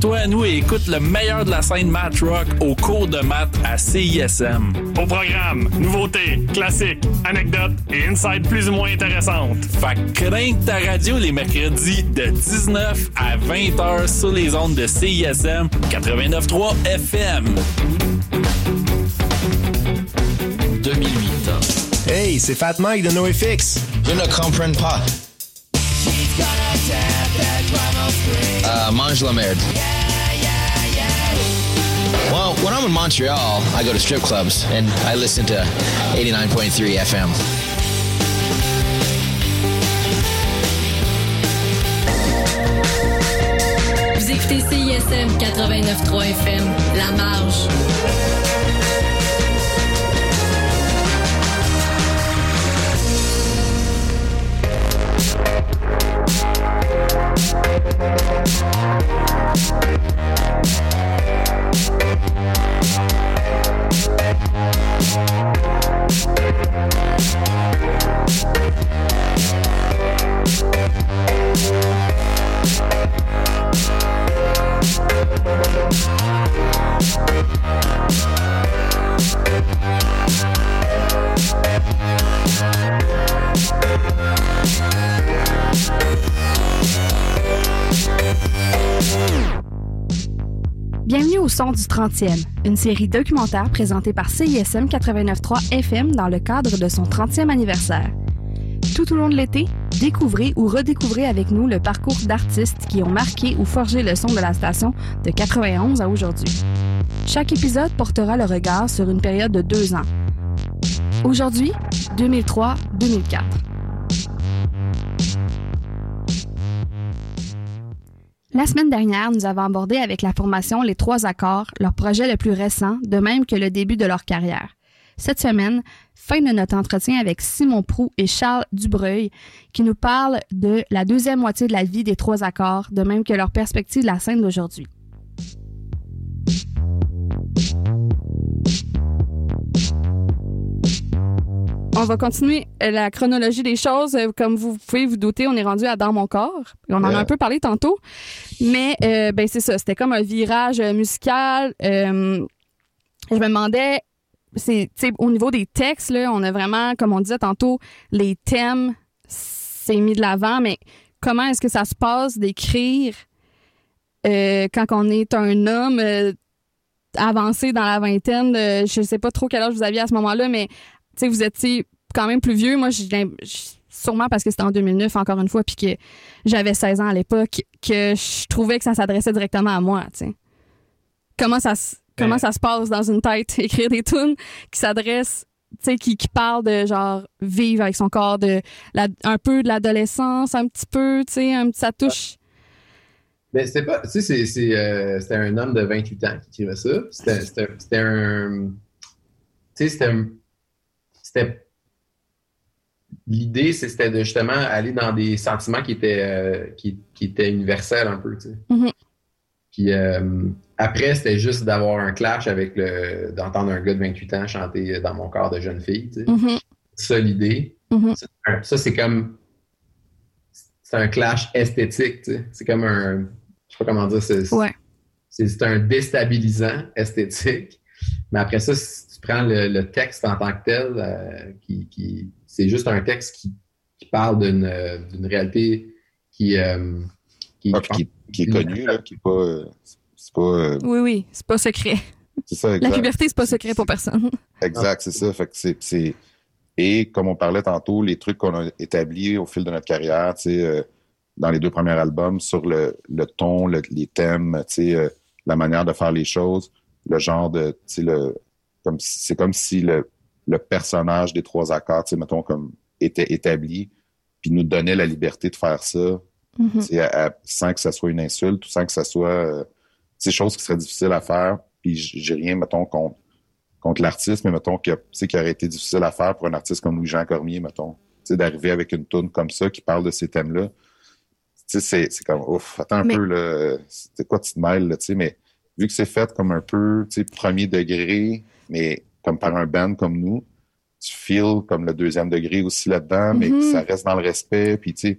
Joins-toi à nous et écoute le meilleur de la scène math rock au cours de maths à CISM. Au programme, nouveautés, classiques, anecdotes et insights plus ou moins intéressantes. Fait que crains ta radio les mercredis de 19 à 20h sur les ondes de CISM 89.3 FM. 2008. Hey, c'est Fat Mike de NoFX. Je ne comprends pas. Mange la merde. Well, when I'm in Montreal, I go to strip clubs and I listen to 89.3 FM. Vous écoutez CISM 89.3 FM, La Marge. Bienvenue au Son du 30e, une série documentaire présentée par CISM 89.3 FM dans le cadre de son 30e anniversaire. Tout au long de l'été, découvrez ou redécouvrez avec nous le parcours d'artistes qui ont marqué ou forgé le son de la station de 91 à aujourd'hui. Chaque épisode portera le regard sur une période de 2 ans. Aujourd'hui, 2003-2004. La semaine dernière, nous avons abordé avec la formation Les Trois Accords, leur projet le plus récent, de même que le début de leur carrière. Cette semaine, fin de notre entretien avec Simon Proulx et Charles Dubreuil, qui nous parlent de la deuxième moitié de la vie des Trois Accords, de même que leur perspective de la scène d'aujourd'hui. On va continuer la chronologie des choses. Comme vous pouvez vous douter, on est rendu à Dans mon corps. On en a un peu parlé tantôt. Mais c'est ça, c'était comme un virage musical. Je me demandais, au niveau des textes, là, on a vraiment, comme on disait tantôt, les thèmes, c'est mis de l'avant. Mais comment est-ce que ça se passe d'écrire quand on est un homme avancé dans la vingtaine? Je sais pas trop quel âge vous aviez à ce moment-là, mais vous étiez quand même plus vieux. Moi, sûrement parce que c'était en 2009, encore une fois, puis que j'avais 16 ans à l'époque, que je trouvais que ça s'adressait directement à moi. T'sais. Comment ça se passe dans une tête, écrire des tunes qui s'adressent, qui parlent de genre vivre avec son corps, un peu de l'adolescence, un petit peu, ça touche. Mais c'était pas, c'était un homme de 28 ans qui écrivait ça. L'idée, c'était de justement aller dans des sentiments qui étaient universels un peu, tu sais. Mm-hmm. Puis après, c'était juste d'avoir un clash d'entendre un gars de 28 ans chanter Dans mon corps de jeune fille, tu sais. Mm-hmm. C'est ça l'idée. Mm-hmm. Ça, c'est un clash esthétique, tu sais. C'est comme je sais pas comment dire, c'est un déstabilisant esthétique. Mais après ça, si tu prends le texte en tant que tel, c'est juste un texte qui parle d'une réalité qui est connue, là, qui est pas... c'est pas Oui, c'est pas secret. C'est ça, exact. La puberté, c'est pas secret pour personne. Exact, c'est ça. Fait que c'est... Et comme on parlait tantôt, les trucs qu'on a établis au fil de notre carrière, dans les 2 premiers albums, sur le ton, les thèmes, la manière de faire les choses, le genre de, c'est comme si le personnage des Trois Accords, mettons, comme était établi, puis nous donnait la liberté de faire ça, sans que ça soit une insulte, ou sans que ça soit, choses qui seraient difficiles à faire. Puis j'ai rien, mettons, contre l'artiste, mais mettons qui aurait été difficile à faire pour un artiste comme Louis-Jean Cormier, mettons, d'arriver avec une toune comme ça qui parle de ces thèmes-là. C'est comme, ouf, attends un peu, là, c'est quoi tu te mêles, là, mais vu que c'est fait comme un peu, premier degré, mais comme par un band comme nous, tu feels comme le 2e degré aussi là-dedans, mais que ça reste dans le respect, puis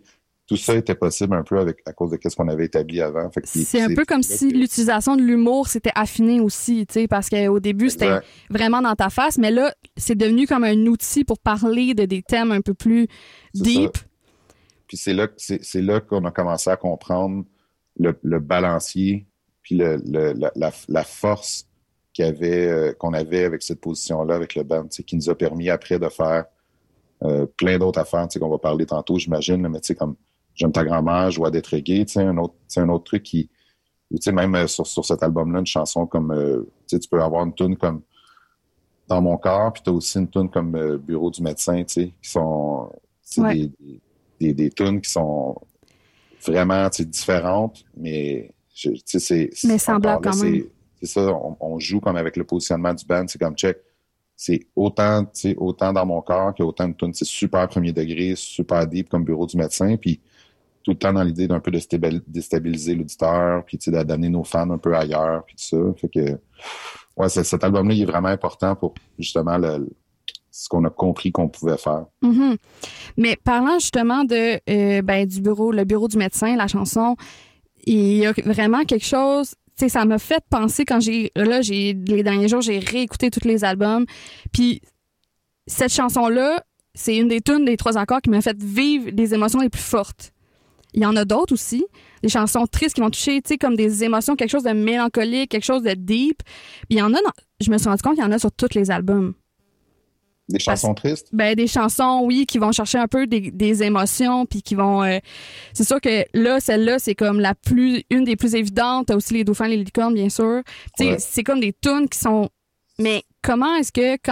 tout ça était possible un peu à cause de ce qu'on avait établi avant. C'est un peu comme si l'utilisation de l'humour s'était affinée aussi, tu sais, parce qu'au début, c'était vraiment dans ta face, mais là, c'est devenu comme un outil pour parler de des thèmes un peu plus deep. Puis c'est là qu'on a commencé à comprendre le balancier, puis la force qu'on avait avec cette position-là, avec le band, qui nous a permis après de faire plein d'autres affaires, qu'on va parler tantôt, j'imagine, mais tu sais, comme J'aime ta grand-mère, Joie d'être gay, tu sais, un autre truc qui, tu sais, même sur cet album-là, une chanson comme, tu sais, tu peux avoir une tune comme Dans mon corps, puis t'as aussi une tune comme Bureau du médecin, tu sais, qui sont, des tunes qui sont vraiment, tu sais, différentes, mais, tu sais, mais semblables quand même. C'est ça, on joue comme avec le positionnement du band, c'est comme check. C'est autant dans mon corps qu'autant de tunes, c'est super premier degré, super deep comme Bureau du médecin, puis tout le temps dans l'idée d'un peu de déstabiliser l'auditeur, puis d'amener nos fans un peu ailleurs, puis tout ça. Fait que, ouais, cet album-là, il est vraiment important pour justement ce qu'on a compris qu'on pouvait faire. Mm-hmm. Mais parlant justement de le bureau du médecin, la chanson, il y a vraiment quelque chose. Tu sais, ça m'a fait penser quand les derniers jours, j'ai réécouté tous les albums. Puis cette chanson-là, c'est une des tunes des 3 accords qui m'a fait vivre les émotions les plus fortes. Il y en a d'autres aussi, des chansons tristes qui vont toucher, tu sais, comme des émotions, quelque chose de mélancolique, quelque chose de deep. Puis il y en a, je me suis rendu compte qu'il y en a sur tous les albums. Des chansons tristes? Ben, des chansons, oui, qui vont chercher un peu des émotions, puis qui vont... c'est sûr que là, celle-là, c'est comme une des plus évidentes. T'as aussi Les Dauphins, les Licornes, bien sûr. Tu sais, c'est comme des tunes qui sont... Mais comment est-ce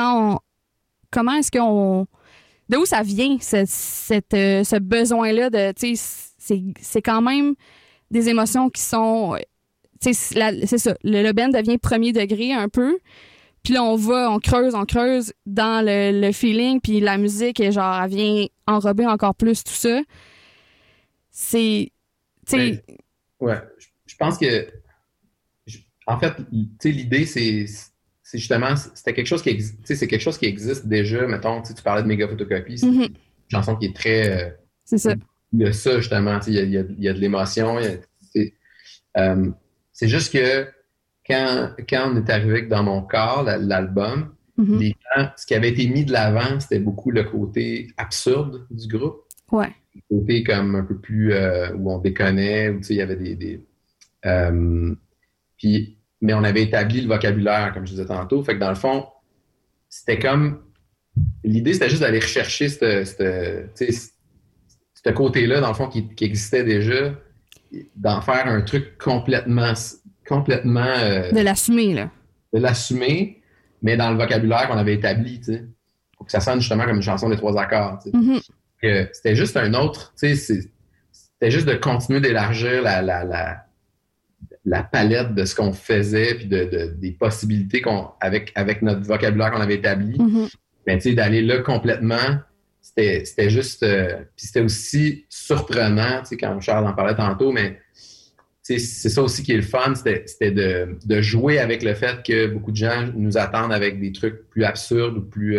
qu'on... De où ça vient, ce besoin-là de... Tu sais, c'est quand même des émotions qui sont... Tu sais, c'est ça. Le band devient premier degré un peu. Puis là, on creuse dans le feeling, puis la musique, et genre, elle vient enrober encore plus tout ça. C'est... Tu sais... Ouais, je pense que... En fait, tu sais, l'idée, c'est justement... C'était quelque chose qui existe... Tu sais, c'est quelque chose qui existe déjà. Mettons, tu parlais de Méga Photocopie. C'est une chanson qui est très... c'est ça. Il y a ça, justement. Tu sais, il y a de l'émotion. C'est juste que quand on est arrivé avec Dans mon corps, l'album, les gens, ce qui avait été mis de l'avant, c'était beaucoup le côté absurde du groupe. Ouais. Le côté comme un peu plus où on déconnait, où il y avait mais on avait établi le vocabulaire, comme je disais tantôt. Fait que dans le fond, c'était comme... L'idée, c'était juste d'aller rechercher ce côté-là, dans le fond, qui existait déjà, d'en faire un truc complètement de l'assumer, là. De l'assumer, mais dans le vocabulaire qu'on avait établi, tu sais. Pour que ça sonne justement comme une chanson des 3 accords, tu sais. C'était juste un autre, tu sais, c'était juste de continuer d'élargir la palette de ce qu'on faisait, puis des possibilités avec notre vocabulaire qu'on avait établi. Mais tu sais, d'aller là complètement, c'était juste... puis c'était aussi surprenant, tu sais, quand Charles en parlait tantôt, mais c'est ça aussi qui est le fun, c'était de jouer avec le fait que beaucoup de gens nous attendent avec des trucs plus absurdes ou plus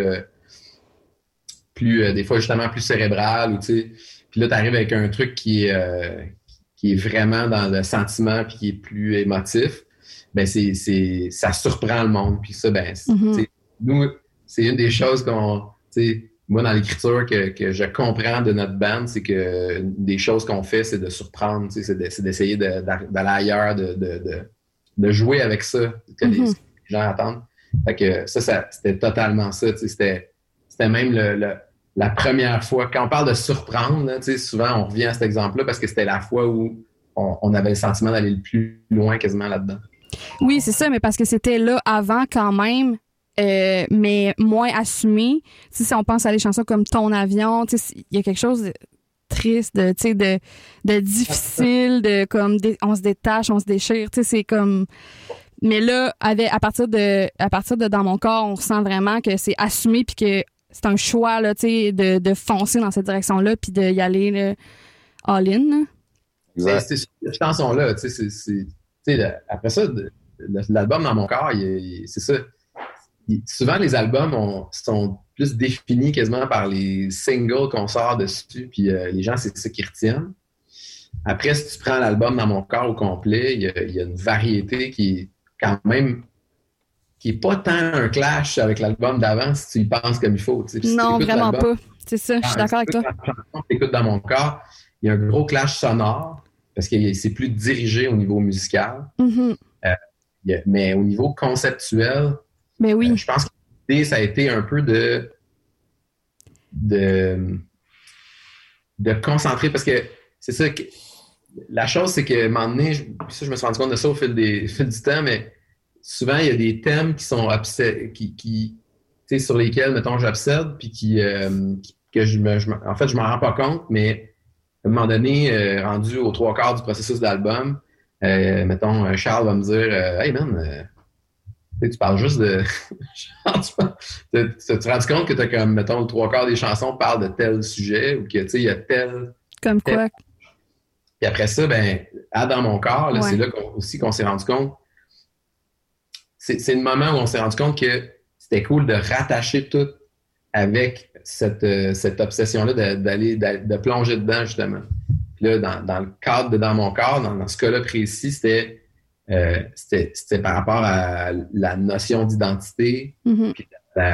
des fois justement plus cérébral, ou tu sais. Puis là, t'arrives avec un truc qui est vraiment dans le sentiment puis qui est plus émotif. Ben ça surprend le monde. Puis ça, ben, nous, c'est une des choses moi, dans l'écriture, que je comprends de notre band, c'est que des choses qu'on fait, c'est de surprendre, c'est d'essayer d'aller ailleurs, de jouer avec ça, que les gens attendent. Fait que ça c'était totalement ça. C'était même la première fois. Quand on parle de surprendre, là, souvent, on revient à cet exemple-là parce que c'était la fois où on avait le sentiment d'aller le plus loin quasiment là-dedans. Oui, c'est ça, mais parce que c'était là avant quand même. Mais moins assumé. Tu sais, si on pense à des chansons comme Ton avion, tu sais, il y a quelque chose de triste, de difficile, on se détache, on se déchire, tu sais, c'est comme... Mais là, à partir de Dans mon corps, on ressent vraiment que c'est assumé puis que c'est un choix, là, tu sais, de foncer dans cette direction-là puis d'y aller, là, all-in. Exact. C'est cette chanson-là, tu sais, après ça, l'album Dans mon corps, c'est ça. Souvent, les albums sont plus définis quasiment par les singles qu'on sort dessus, puis les gens, c'est ça qu'ils retiennent. Après, si tu prends l'album Dans mon corps au complet, il y a une variété qui est quand même qui n'est pas tant un clash avec l'album d'avant si tu y penses comme il faut. Non, vraiment pas. C'est ça, je suis d'accord avec toi. Quand tu écoutes Dans mon corps, il y a un gros clash sonore parce que c'est plus dirigé au niveau musical. Mm-hmm. Mais au niveau conceptuel, mais oui. Je pense que l'idée, ça a été un peu de concentrer parce que c'est ça que la chose, c'est qu'à un moment donné, je me suis rendu compte de ça au fil du temps, mais souvent, il y a des thèmes qui sont sur lesquels, mettons, j'obsède, puis que je m'en rends pas compte, mais à un moment donné, rendu aux 3/4 du processus d'album, mettons, Charles va me dire Hey man, tu parles juste de. Tu rendu compte que tu as comme, mettons, le 3/4 des chansons parlent de tel sujet ou que, tu sais, il y a tel. Comme quoi? Puis après ça, Dans mon corps, là, c'est là qu'on s'est rendu compte. C'est le moment où on s'est rendu compte que c'était cool de rattacher tout avec cette obsession-là de plonger dedans, justement. Puis là, dans le cadre de Dans mon corps, dans ce cas-là précis, c'était par rapport à la notion d'identité, puis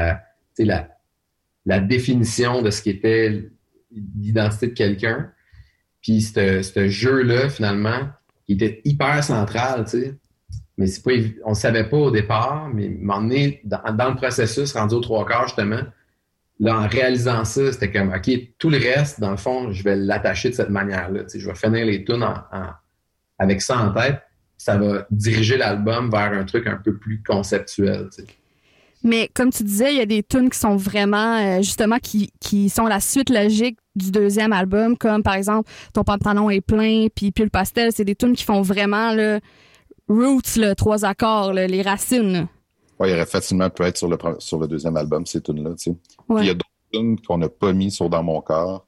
la définition de ce qui était l'identité de quelqu'un. Puis ce jeu-là, finalement, qui était hyper central, tu sais. Mais c'est pas on ne savait pas au départ, mais à un moment donné, dans le processus, rendu aux 3/4, justement, là, en réalisant ça, c'était comme, OK, tout le reste, dans le fond, je vais l'attacher de cette manière-là. Tu sais, je vais finir les tunes avec ça en tête. Ça va diriger l'album vers un truc un peu plus conceptuel, tu sais. Mais comme tu disais, il y a des tunes qui sont vraiment, justement, qui sont la suite logique du deuxième album, comme par exemple Ton pantalon est plein, puis Pull pastel. C'est des tunes qui font vraiment le roots, 3 accords, les racines. Oui, il aurait facilement pu être sur le deuxième album, ces tunes-là. Tu sais. Ouais. Puis il y a d'autres tunes qu'on n'a pas mis sur Dans mon corps.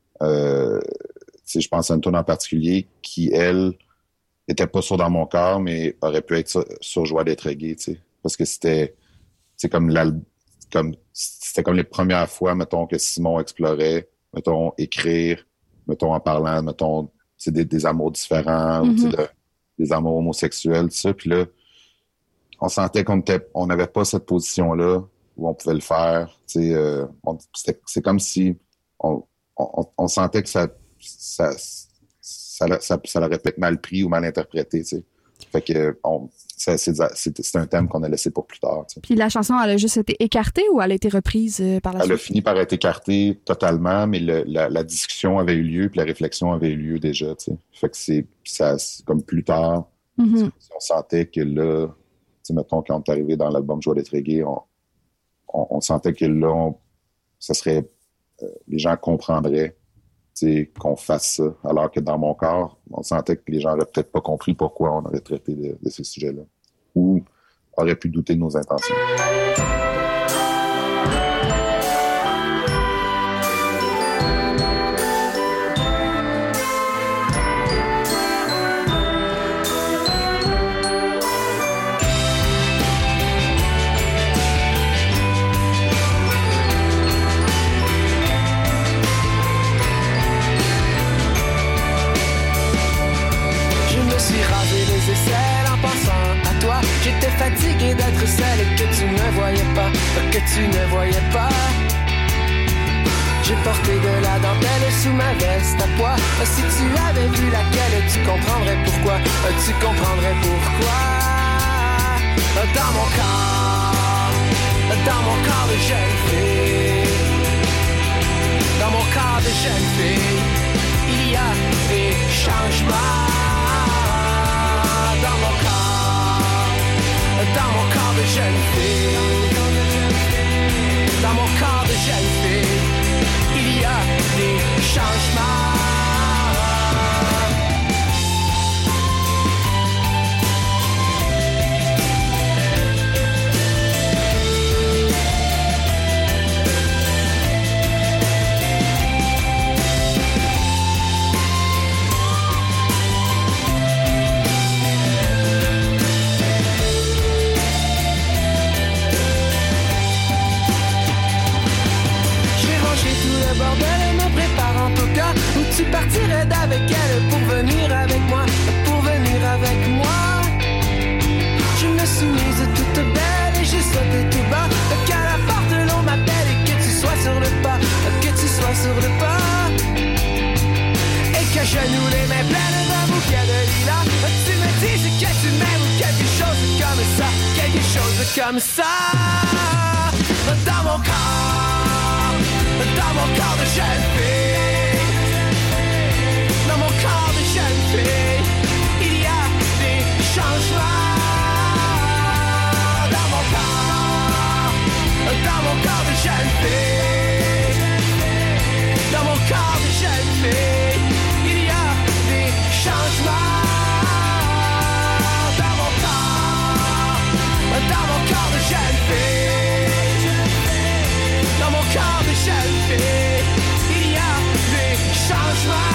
Je pense à une tune en particulier qui, elle, n'était pas sur Dans mon corps, mais aurait pu être sur Joie d'être reggae, tu sais. Parce que c'était comme les premières fois, mettons, que Simon explorait, mettons, écrire, mettons, en parlant, mettons, des amours différents, ou des amours homosexuels, tout ça. Puis là, on sentait on n'avait pas cette position-là où on pouvait le faire. C'est comme si on sentait que ça l'aurait peut-être mal pris ou mal interprété, tu sais. Fait que c'est un thème qu'on a laissé pour plus tard. T'sais. Puis la chanson, elle a juste été écartée ou elle a été reprise par la suite? Elle a fini par être écartée totalement, mais la discussion avait eu lieu, puis la réflexion avait eu lieu déjà. T'sais. Fait que c'est comme plus tard, on sentait que là, mettons, quand on est arrivé dans l'album Joie d'être reggae, on sentait que là, ça serait, les gens comprendraient qu'on fasse ça. Alors que Dans mon corps, on sentait que les gens n'auraient peut-être pas compris pourquoi on aurait traité de ces sujets-là. Ou auraient pu douter de nos intentions. Fatigué d'être celle que tu ne voyais pas. J'ai porté de la dentelle sous ma veste à pois. Si tu avais vu laquelle, tu comprendrais pourquoi. Dans mon corps de jeune fille, dans mon corps de jeune fille, il y a des changements. Dans mon corps de jeune fille, dans mon corps de jeune fille, il y a des changements. Tu partirais d'avec elle pour venir venir avec moi, pour venir avec moi. Je me suis mise toute belle et j'ai sauté tout bas, qu'à la porte l'on m'appelle et que tu sois sur le pas, que tu sois sur le pas. Et que je nous les mains pleines d'un bouquet de lilas, tu me dises que tu m'aimes ou quelque chose comme ça, quelque chose comme ça. Dans mon corps de jeune fille, dans mon corps de jeune fille, il y a des changements. Dans mon corps de jeune fille, dans mon corps de jeune fille, il y a des changements. Dans mon corps de jeune fille, dans mon corps de jeune fille, il y a des changements.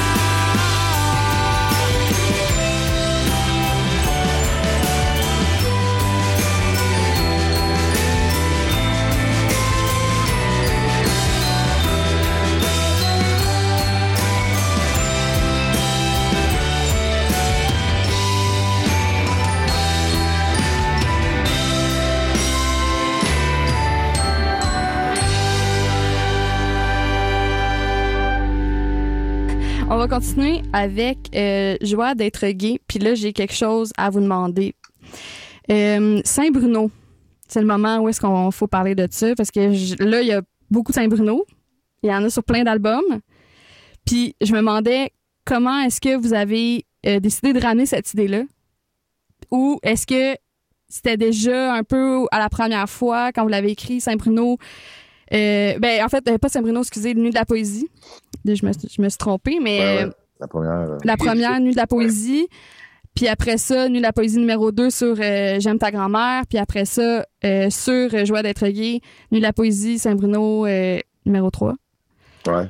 On va continuer avec Joie d'être gay. Puis là, j'ai quelque chose à vous demander. Saint-Bruno, c'est le moment où est-ce qu'on faut parler de ça. Parce que là, il y a beaucoup de Saint-Bruno. Il y en a sur plein d'albums. Puis je me demandais comment est-ce que vous avez décidé de ramener cette idée-là? Ou est-ce que c'était déjà un peu à la première fois quand vous l'avez écrit, Saint-Bruno? En fait, pas Saint-Bruno, excusez, Nuit de la poésie. Je me suis trompée, mais ouais. La première Nuit de la poésie. Puis après ça, Nuit de la poésie numéro 2 sur J'aime ta grand-mère. Puis après ça, sur Joie d'être gay, Nuit de la poésie, Saint-Bruno numéro 3. Ouais.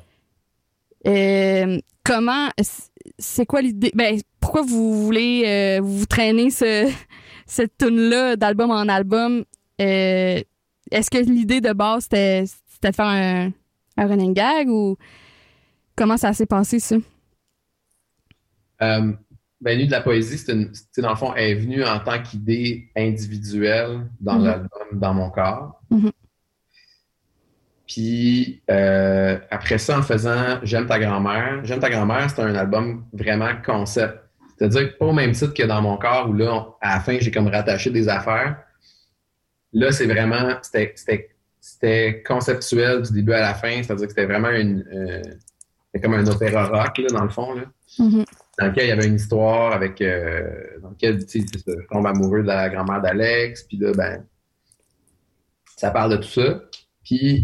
Comment, c'est quoi l'idée? Pourquoi vous voulez vous traîner cette tune-là d'album en album? Est-ce que l'idée de base, c'était de faire un running gag ou comment ça s'est passé, ça? Nuit de la poésie, dans le fond, elle est venue en tant qu'idée individuelle dans l'album Dans mon corps. Mm-hmm. Puis après ça, en faisant J'aime ta grand-mère. J'aime ta grand-mère, c'est un album vraiment concept. C'est-à-dire que pas au même titre que Dans mon corps, où là, à la fin, j'ai comme rattaché des affaires. Là, c'est vraiment, c'était conceptuel du début à la fin, c'est-à-dire que c'était vraiment c'était comme un opéra rock, là, dans le fond, là, dans lequel il y avait une histoire avec, dans lequel, tu sais, je tombe amoureux de la grand-mère d'Alex, puis là, ça parle de tout ça. Puis,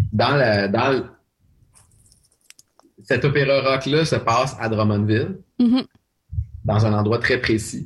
cet opéra rock-là se passe à Drummondville, dans un endroit très précis.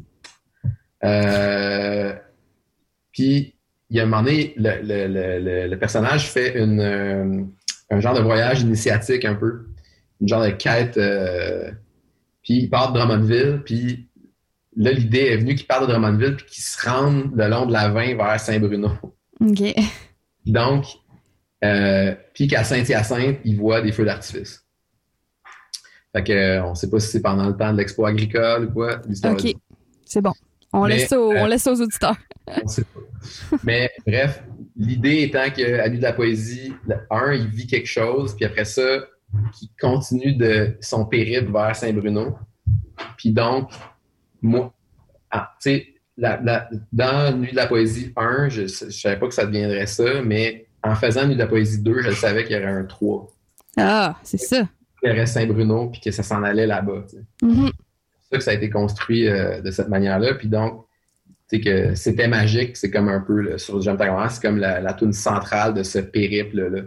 Puis, il y a un moment donné, le personnage fait un genre de voyage initiatique un peu, une genre de quête. Puis il part de Drummondville, puis là, l'idée est venue qu'il parte de Drummondville puis qu'il se rende le long de la 20 vers Saint-Bruno. OK. Donc, puis qu'à Saint-Hyacinthe, il voit des feux d'artifice. Fait que on sait pas si c'est pendant le temps de l'expo agricole ou quoi. OK, c'est bon. On laisse aux auditeurs. On sait pas. Mais bref, l'idée étant qu'à Nuit de la poésie, il vit quelque chose, puis après ça, il continue de son périple vers Saint-Bruno. Puis donc, moi, tu sais, dans Nuit de la poésie 1, je savais pas que ça deviendrait ça, mais en faisant Nuit de la poésie 2, je savais qu'il y aurait un 3. Ah, c'est ça. Qu'il y aurait Saint-Bruno, puis que ça s'en allait là-bas. Tu sais. C'est ça que ça a été construit de cette manière-là. Puis donc, tu sais que c'était magique, c'est comme un peu là, sur J'aime ta grand-mère, c'est comme la toune centrale de ce périple-là.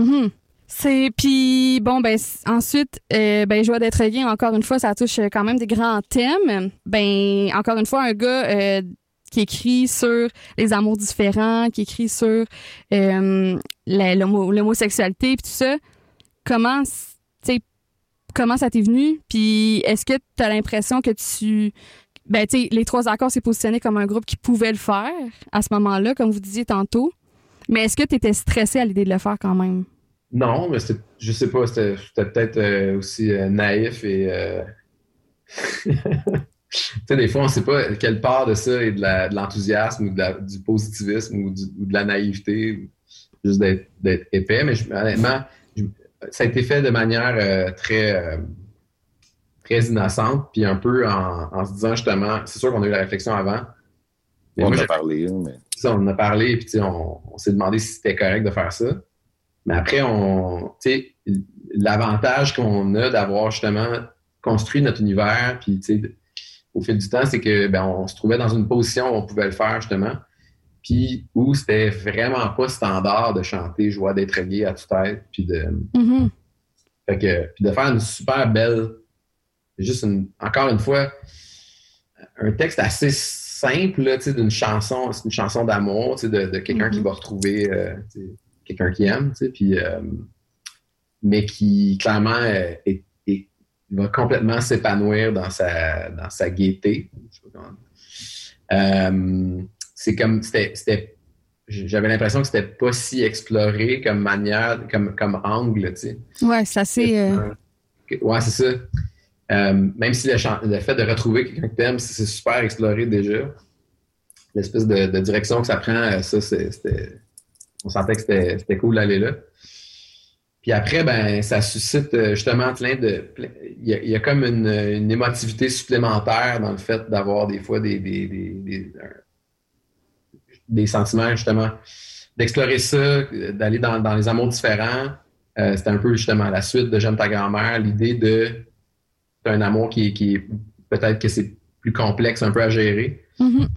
Puis ensuite, Joie d'être gay, encore une fois, ça touche quand même des grands thèmes. Encore une fois, un gars qui écrit sur les amours différents, qui écrit sur l'homosexualité, puis tout ça. Comment ça t'est venu? Puis est-ce que tu as l'impression que les Trois Accords s'est positionné comme un groupe qui pouvait le faire à ce moment-là, comme vous disiez tantôt. Mais est-ce que tu étais stressé à l'idée de le faire quand même? Non, mais je sais pas, c'était peut-être aussi naïf et Tu sais, des fois, on ne sait pas quelle part de ça est de l'enthousiasme ou du positivisme ou de la naïveté, ou juste d'être épais. Mais honnêtement, ça a été fait de manière très innocente, puis un peu en se disant justement, c'est sûr qu'on a eu la réflexion avant. Mais on en a parlé, mais... Ça, on en a parlé, puis on s'est demandé si c'était correct de faire ça. Mais après, l'avantage qu'on a d'avoir justement construit notre univers, puis au fil du temps, c'est que on se trouvait dans une position où on pouvait le faire justement, puis où c'était vraiment pas standard de chanter Joie d'être gay à tue-tête, puis puis de faire une super belle, encore une fois, un texte assez simple là, d'une chanson, c'est une chanson d'amour, de quelqu'un qui va retrouver quelqu'un qui aime, puis mais qui clairement va complètement s'épanouir dans sa gaieté. Je sais pas comment. C'est comme j'avais l'impression que c'était pas si exploré comme manière, comme angle, tu sais. Ouais, c'est assez. Ouais, c'est ça. Même si le fait de retrouver quelqu'un que t'aimes, c'est super exploré déjà. L'espèce de direction que ça prend, ça, on sentait que c'était cool d'aller là. Puis après, ça suscite justement il y a comme une émotivité supplémentaire dans le fait d'avoir des fois des sentiments, justement, d'explorer ça, d'aller dans les amours différents. C'était un peu justement la suite de J'aime ta grand-mère, l'idée d'un amour qui est peut-être que c'est plus complexe un peu à gérer. Mm-hmm.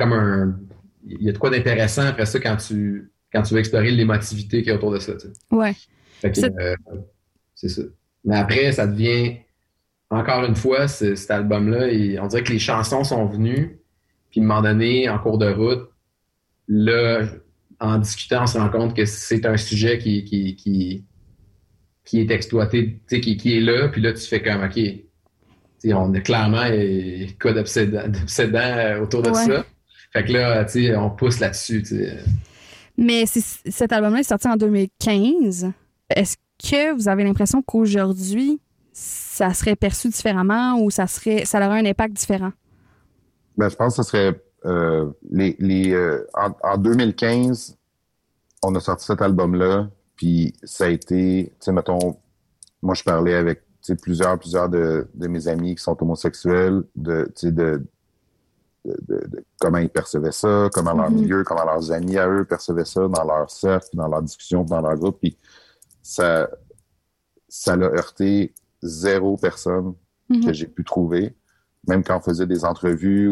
Il y a de quoi d'intéressant après ça quand tu veux explorer l'émotivité qu'il y a autour de ça. Tu sais. Ouais. Fait que, c'est ça. Mais après, ça devient, encore une fois, cet album-là, on dirait que les chansons sont venues, puis à un moment donné, en cours de route, là, en discutant, on se rend compte que c'est un sujet qui est exploité, qui est là, puis là, tu fais comme, OK, on a clairement un cas d'obsédant autour de ça. Fait que là, on pousse là-dessus. Mais cet album-là est sorti en 2015. Est-ce que vous avez l'impression qu'aujourd'hui, ça serait perçu différemment ou ça aurait un impact différent? Je pense que ce serait... en 2015, on a sorti cet album-là, puis ça a été... Tu sais, mettons, moi, je parlais avec plusieurs de mes amis qui sont homosexuels, de comment ils percevaient ça, comment leur milieu, comment leurs amis à eux percevaient ça dans leur cercle, dans leur discussion, dans leur groupe. Puis ça l'a heurté 0 personne que j'ai pu trouver. Même quand on faisait des entrevues ou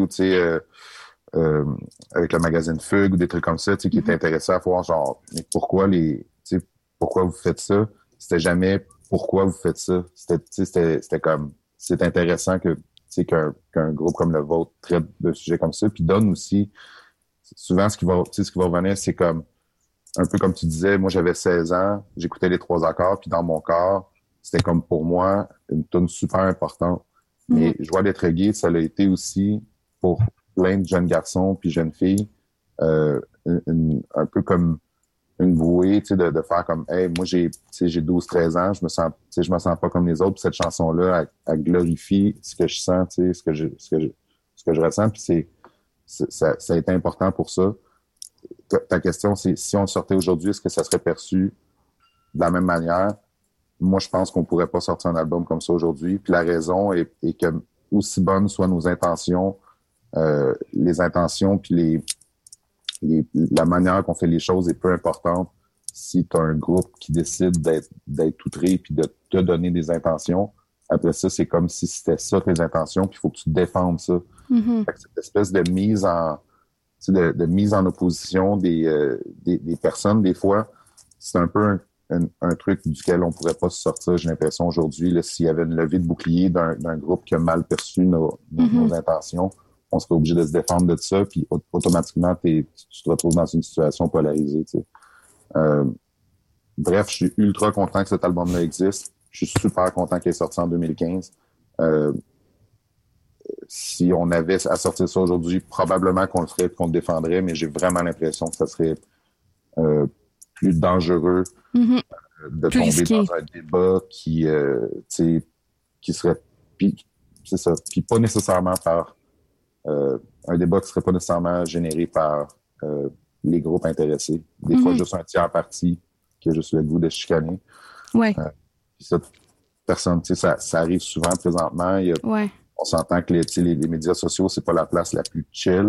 avec le magazine Fugue ou des trucs comme ça, qui étaient intéressés à voir genre, mais pourquoi vous faites ça? C'était jamais pourquoi vous faites ça. C'était comme, c'est intéressant qu'un groupe comme le vôtre traite de sujets comme ça, puis donne aussi, souvent ce qui va revenir, c'est comme, un peu comme tu disais, moi j'avais 16 ans, j'écoutais les 3 accords, puis dans mon corps, c'était comme pour moi une tune super importante. Mais Joie d'être gay, ça l'a été aussi pour plein de jeunes garçons puis jeunes filles, un peu comme une bouée, de faire comme, hey, moi j'ai 12-13 ans, je me sens pas comme les autres, puis cette chanson-là, elle glorifie ce que je sens, ce que je ressens, puis ça a été important pour ça. Ta question, c'est si on le sortait aujourd'hui, est-ce que ça serait perçu de la même manière? Moi, je pense qu'on pourrait pas sortir un album comme ça aujourd'hui. Puis la raison est que aussi bonnes soient nos intentions, les intentions puis la manière qu'on fait les choses est peu importante si tu as un groupe qui décide d'être outré puis de te donner des intentions. Après ça, c'est comme si c'était ça tes intentions, puis il faut que tu défendes ça. Fait que cette espèce de mise en opposition des personnes, des fois, c'est un peu un truc duquel on pourrait pas se sortir, j'ai l'impression, aujourd'hui. Là, s'il y avait une levée de bouclier d'un groupe qui a mal perçu nos intentions, on serait obligé de se défendre de ça, puis automatiquement, tu te retrouves dans une situation polarisée. Bref, je suis ultra content que cet album-là existe. Je suis super content qu'il est sorti en 2015. Si on avait à sortir ça aujourd'hui, probablement qu'on le ferait et qu'on le défendrait, mais j'ai vraiment l'impression que ça serait plus dangereux de tomber dans un débat qui serait... Puis c'est ça. Puis pas nécessairement par un débat qui serait pas nécessairement généré par les groupes intéressés. Des fois, juste un tiers parti qui a juste le goût de chicaner. Ouais. Puis cette personne, tu sais, ça arrive souvent présentement. On s'entend que les médias sociaux, c'est pas la place la plus chill.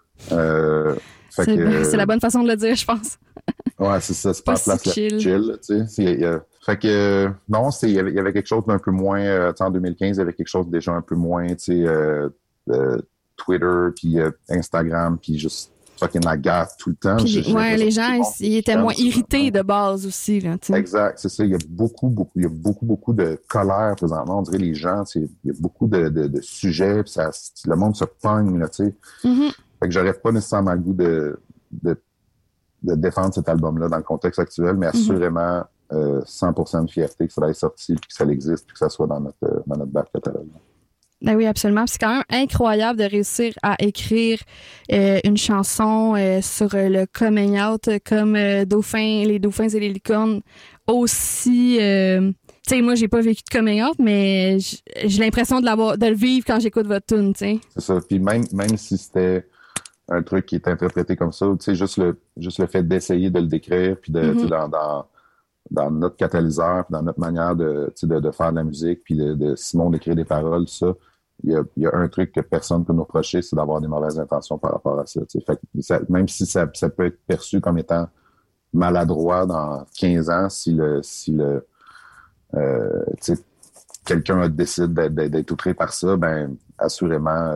C'est la bonne façon de le dire, je pense. Ouais, c'est ça. C'est pas la place la plus chill, tu sais. Fait que, non, il y avait quelque chose d'un peu moins, en 2015, il y avait quelque chose déjà un peu moins, tu sais, Twitter, puis Instagram, puis juste fucking la gaffe tout le temps. Puis, les gens, ils étaient moins irrités de base aussi, là, tu sais. Exact, c'est ça. Il y a beaucoup de colère présentement. On dirait les gens, il y a beaucoup de sujets, puis le monde se pogne, là, tu sais. Fait que j'aurais pas nécessairement le goût de défendre cet album-là dans le contexte actuel, mais assurément 100% de fierté que ça ait sorti, puis que ça existe, puis que ça soit dans notre back catalogue. Ben oui, absolument. Puis c'est quand même incroyable de réussir à écrire une chanson sur le coming out comme les dauphins et les licornes aussi. Tu sais, moi, j'ai pas vécu de coming out, mais j'ai l'impression de le vivre quand j'écoute votre tune, tu sais. C'est ça. Puis même si c'était un truc qui est interprété comme ça, tu sais, juste le fait d'essayer de le décrire, puis dans notre catalyseur, puis dans notre manière de faire de la musique, puis de Simon d'écrire des paroles, ça, il y a un truc que personne peut nous reprocher, c'est d'avoir des mauvaises intentions par rapport à ça. Fait que même si ça peut être perçu comme étant maladroit dans 15 ans, si quelqu'un décide d'être outré par ça, ben assurément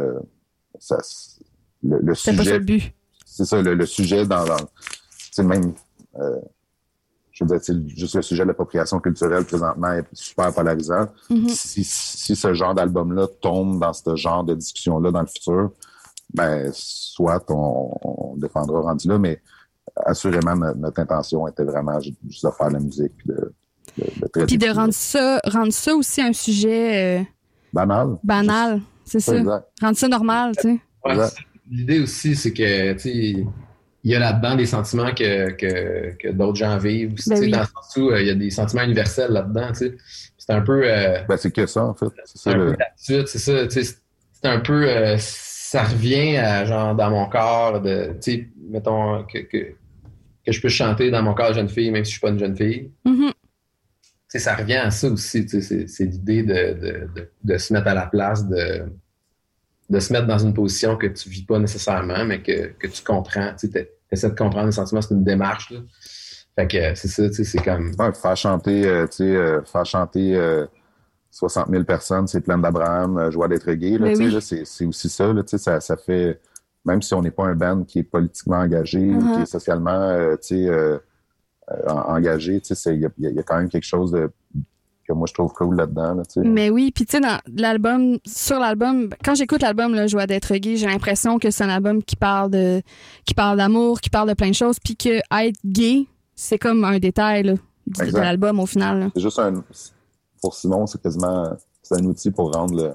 le sujet. C'est pas ça le but. C'est ça, le sujet dans même. Je veux dire, juste le sujet de l'appropriation culturelle présentement est super polarisant. Si ce genre d'album-là tombe dans ce genre de discussion-là dans le futur, ben soit on défendra rendu là, mais assurément notre intention était vraiment juste de faire de la musique puis de traiter. Puis de rendre ça aussi un sujet banal, c'est ça. Exact. Rendre ça normal, tu sais. Ouais, l'idée aussi, c'est que, tu sais, il y a là-dedans des sentiments que d'autres gens vivent. Ben oui. Dans le sens où il y a des sentiments universels là-dedans. Tu sais. C'est un peu... c'est que ça, en fait. C'est un peu l'attitude, c'est ça. Tu sais, c'est un peu... ça revient à, genre, dans mon corps, tu sais, mettons, que je peux chanter dans mon corps de jeune fille, même si je suis pas une jeune fille. Tu sais, ça revient à ça aussi. Tu sais, c'est l'idée de se mettre à la place, de se mettre dans une position que tu vis pas nécessairement, mais que tu comprends. Tu essaies de comprendre les sentiments, c'est une démarche. Là. Fait que c'est ça, tu sais, c'est comme... Ouais, faire chanter 60 000 personnes, c'est plein d'Abraham, joie d'être gay, là, oui. Là, c'est aussi ça, là, ça fait... Même si on n'est pas un band qui est politiquement engagé ou qui est socialement engagé, il y a quand même quelque chose que moi je trouve cool là-dedans. Là, mais oui, puis tu sais, sur l'album, quand j'écoute l'album là, Joie d'être gay, j'ai l'impression que c'est un album qui parle d'amour, qui parle de plein de choses, puis que être gay, c'est comme un détail là, de l'album au final. Là. C'est juste pour Simon, c'est un outil pour rendre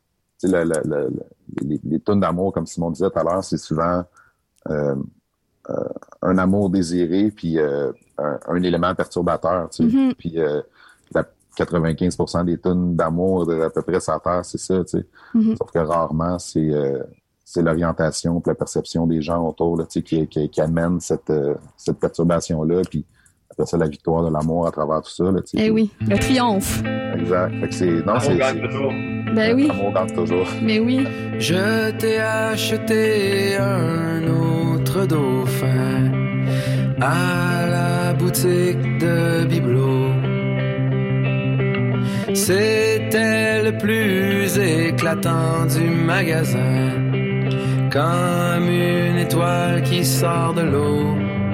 les tunes d'amour, comme Simon disait tout à l'heure, c'est souvent un amour désiré, puis un élément perturbateur. Puis 95% des tunes d'amour à peu près sur la Terre, c'est ça. Sauf que rarement, c'est l'orientation et la perception des gens autour là, qui amène cette perturbation-là. Puis après ça, la victoire de l'amour à travers tout ça. Là, eh oui, le triomphe. Exact. Fait que l'amour gagne toujours. Ben oui. L'amour gagne toujours. Mais oui. Je t'ai acheté un autre dauphin à la boutique de Biblo. C'était le plus éclatant du magasin, comme une étoile qui sort de l'eau.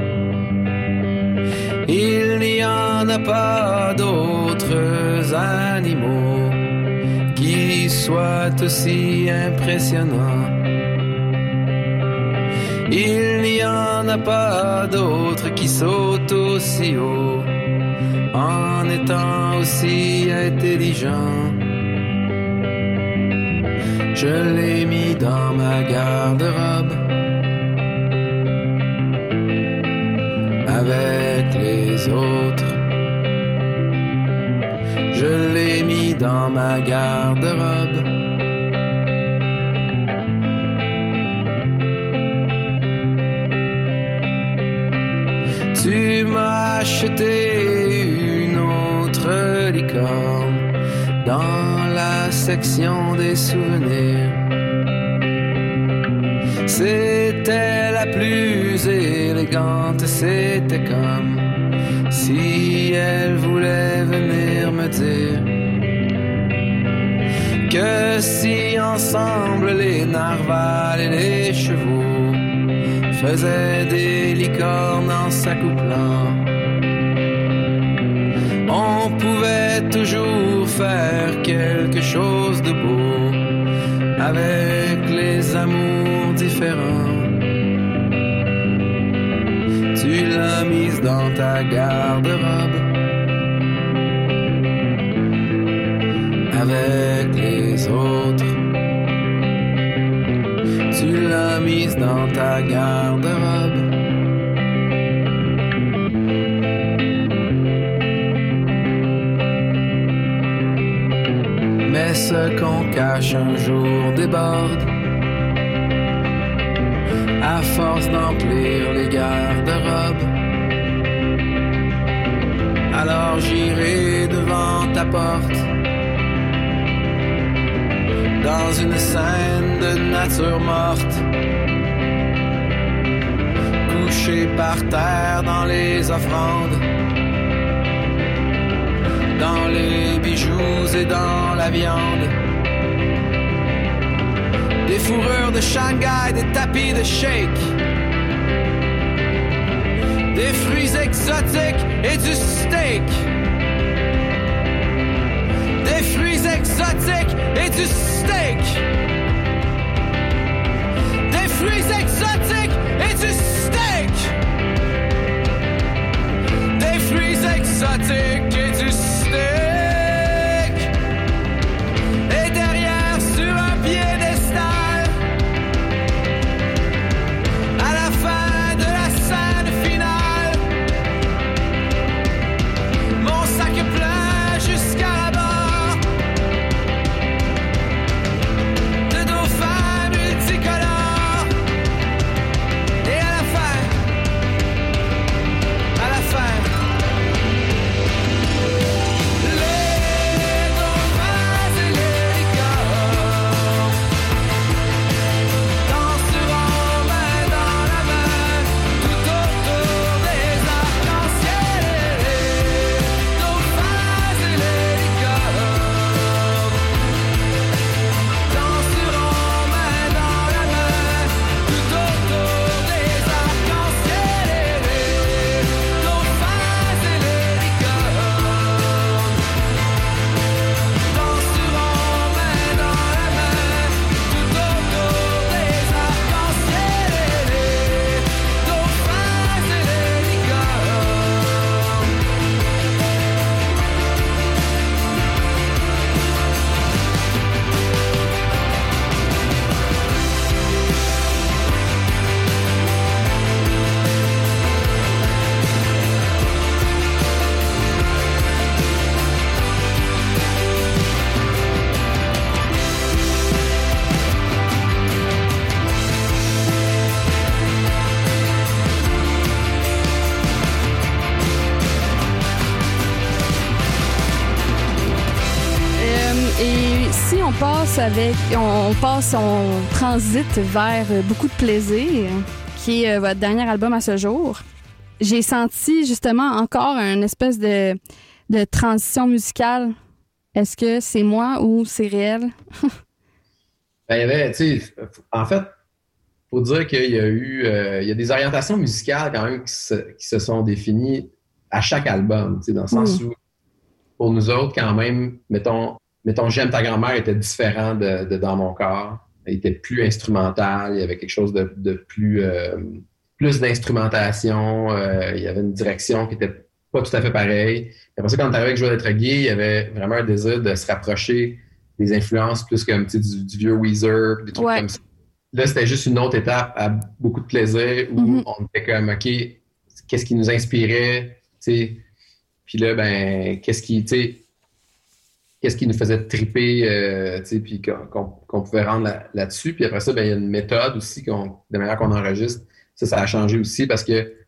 Il n'y en a pas d'autres animaux qui soient aussi impressionnants. Il n'y en a pas d'autres qui sautent aussi haut en étant aussi intelligent. Je l'ai mis dans ma garde-robe avec les autres. Je l'ai mis dans ma garde-robe Tu m'as acheté une autre licorne dans la section des souvenirs. C'était la plus élégante, c'était comme si elle voulait venir me dire que si ensemble les narvals et les chevaux faisaient des licornes en s'accouplant, on pouvait toujours faire quelque chose de beau avec les amours différents. Tu l'as mise dans ta garde-robe avec les autres. Tu l'as mise dans ta garde-robe. Mais ce qu'on cache un jour déborde à force d'emplir les garde-robes. Alors j'irai devant ta porte dans une scène de nature morte, couché par terre dans les offrandes, dans les bijoux et dans la viande, des fourrures de Shanghai, des tapis de shake, des fruits exotiques et du steak, des fruits exotiques et du steak, des fruits exotiques et du steak, des fruits exotiques et du steak. Et derrière sur un piédestal, à la fin de la scène finale, mon sac plein jusqu'à la barre de dauphins multicolores. Et à la fin, les dauphins et les licornes danseront main dans la main tout autour des arcs-en-ciel. Les dauphins et les licornes danseront main dans la main tout autour des arcs-en-ciel. Les dauphins et les licornes danseront main dans la main tout autour des arcs-en-ciel. Les dauphins et les licornes. Et si on transite vers Beaucoup de plaisir, qui est votre dernier album à ce jour, j'ai senti justement encore une espèce de transition musicale. Est-ce que c'est moi ou c'est réel? Ben, il y avait, tu sais, en fait, faut dire qu'il y a eu, il y a des orientations musicales quand même qui se sont définies à chaque album, tu sais, dans le sens où, pour nous autres, quand même, mettons, J'aime ta grand-mère était différent de Dans mon corps. Il était plus instrumental, il y avait quelque chose de plus d'instrumentation, il y avait une direction qui était pas tout à fait pareille. Et après ça, quand on est arrivé avec Joie d'être gay, il y avait vraiment un désir de se rapprocher des influences plus comme du vieux Weezer, des trucs comme ça. Là, c'était juste une autre étape à Beaucoup de plaisir où on était comme, OK, qu'est-ce qui nous inspirait, tu sais. Puis là, ben, qu'est-ce qui nous faisait triper, puis qu'on pouvait rendre là-dessus. Puis après ça, ben, il y a une méthode aussi, de manière qu'on enregistre. Ça a changé aussi parce que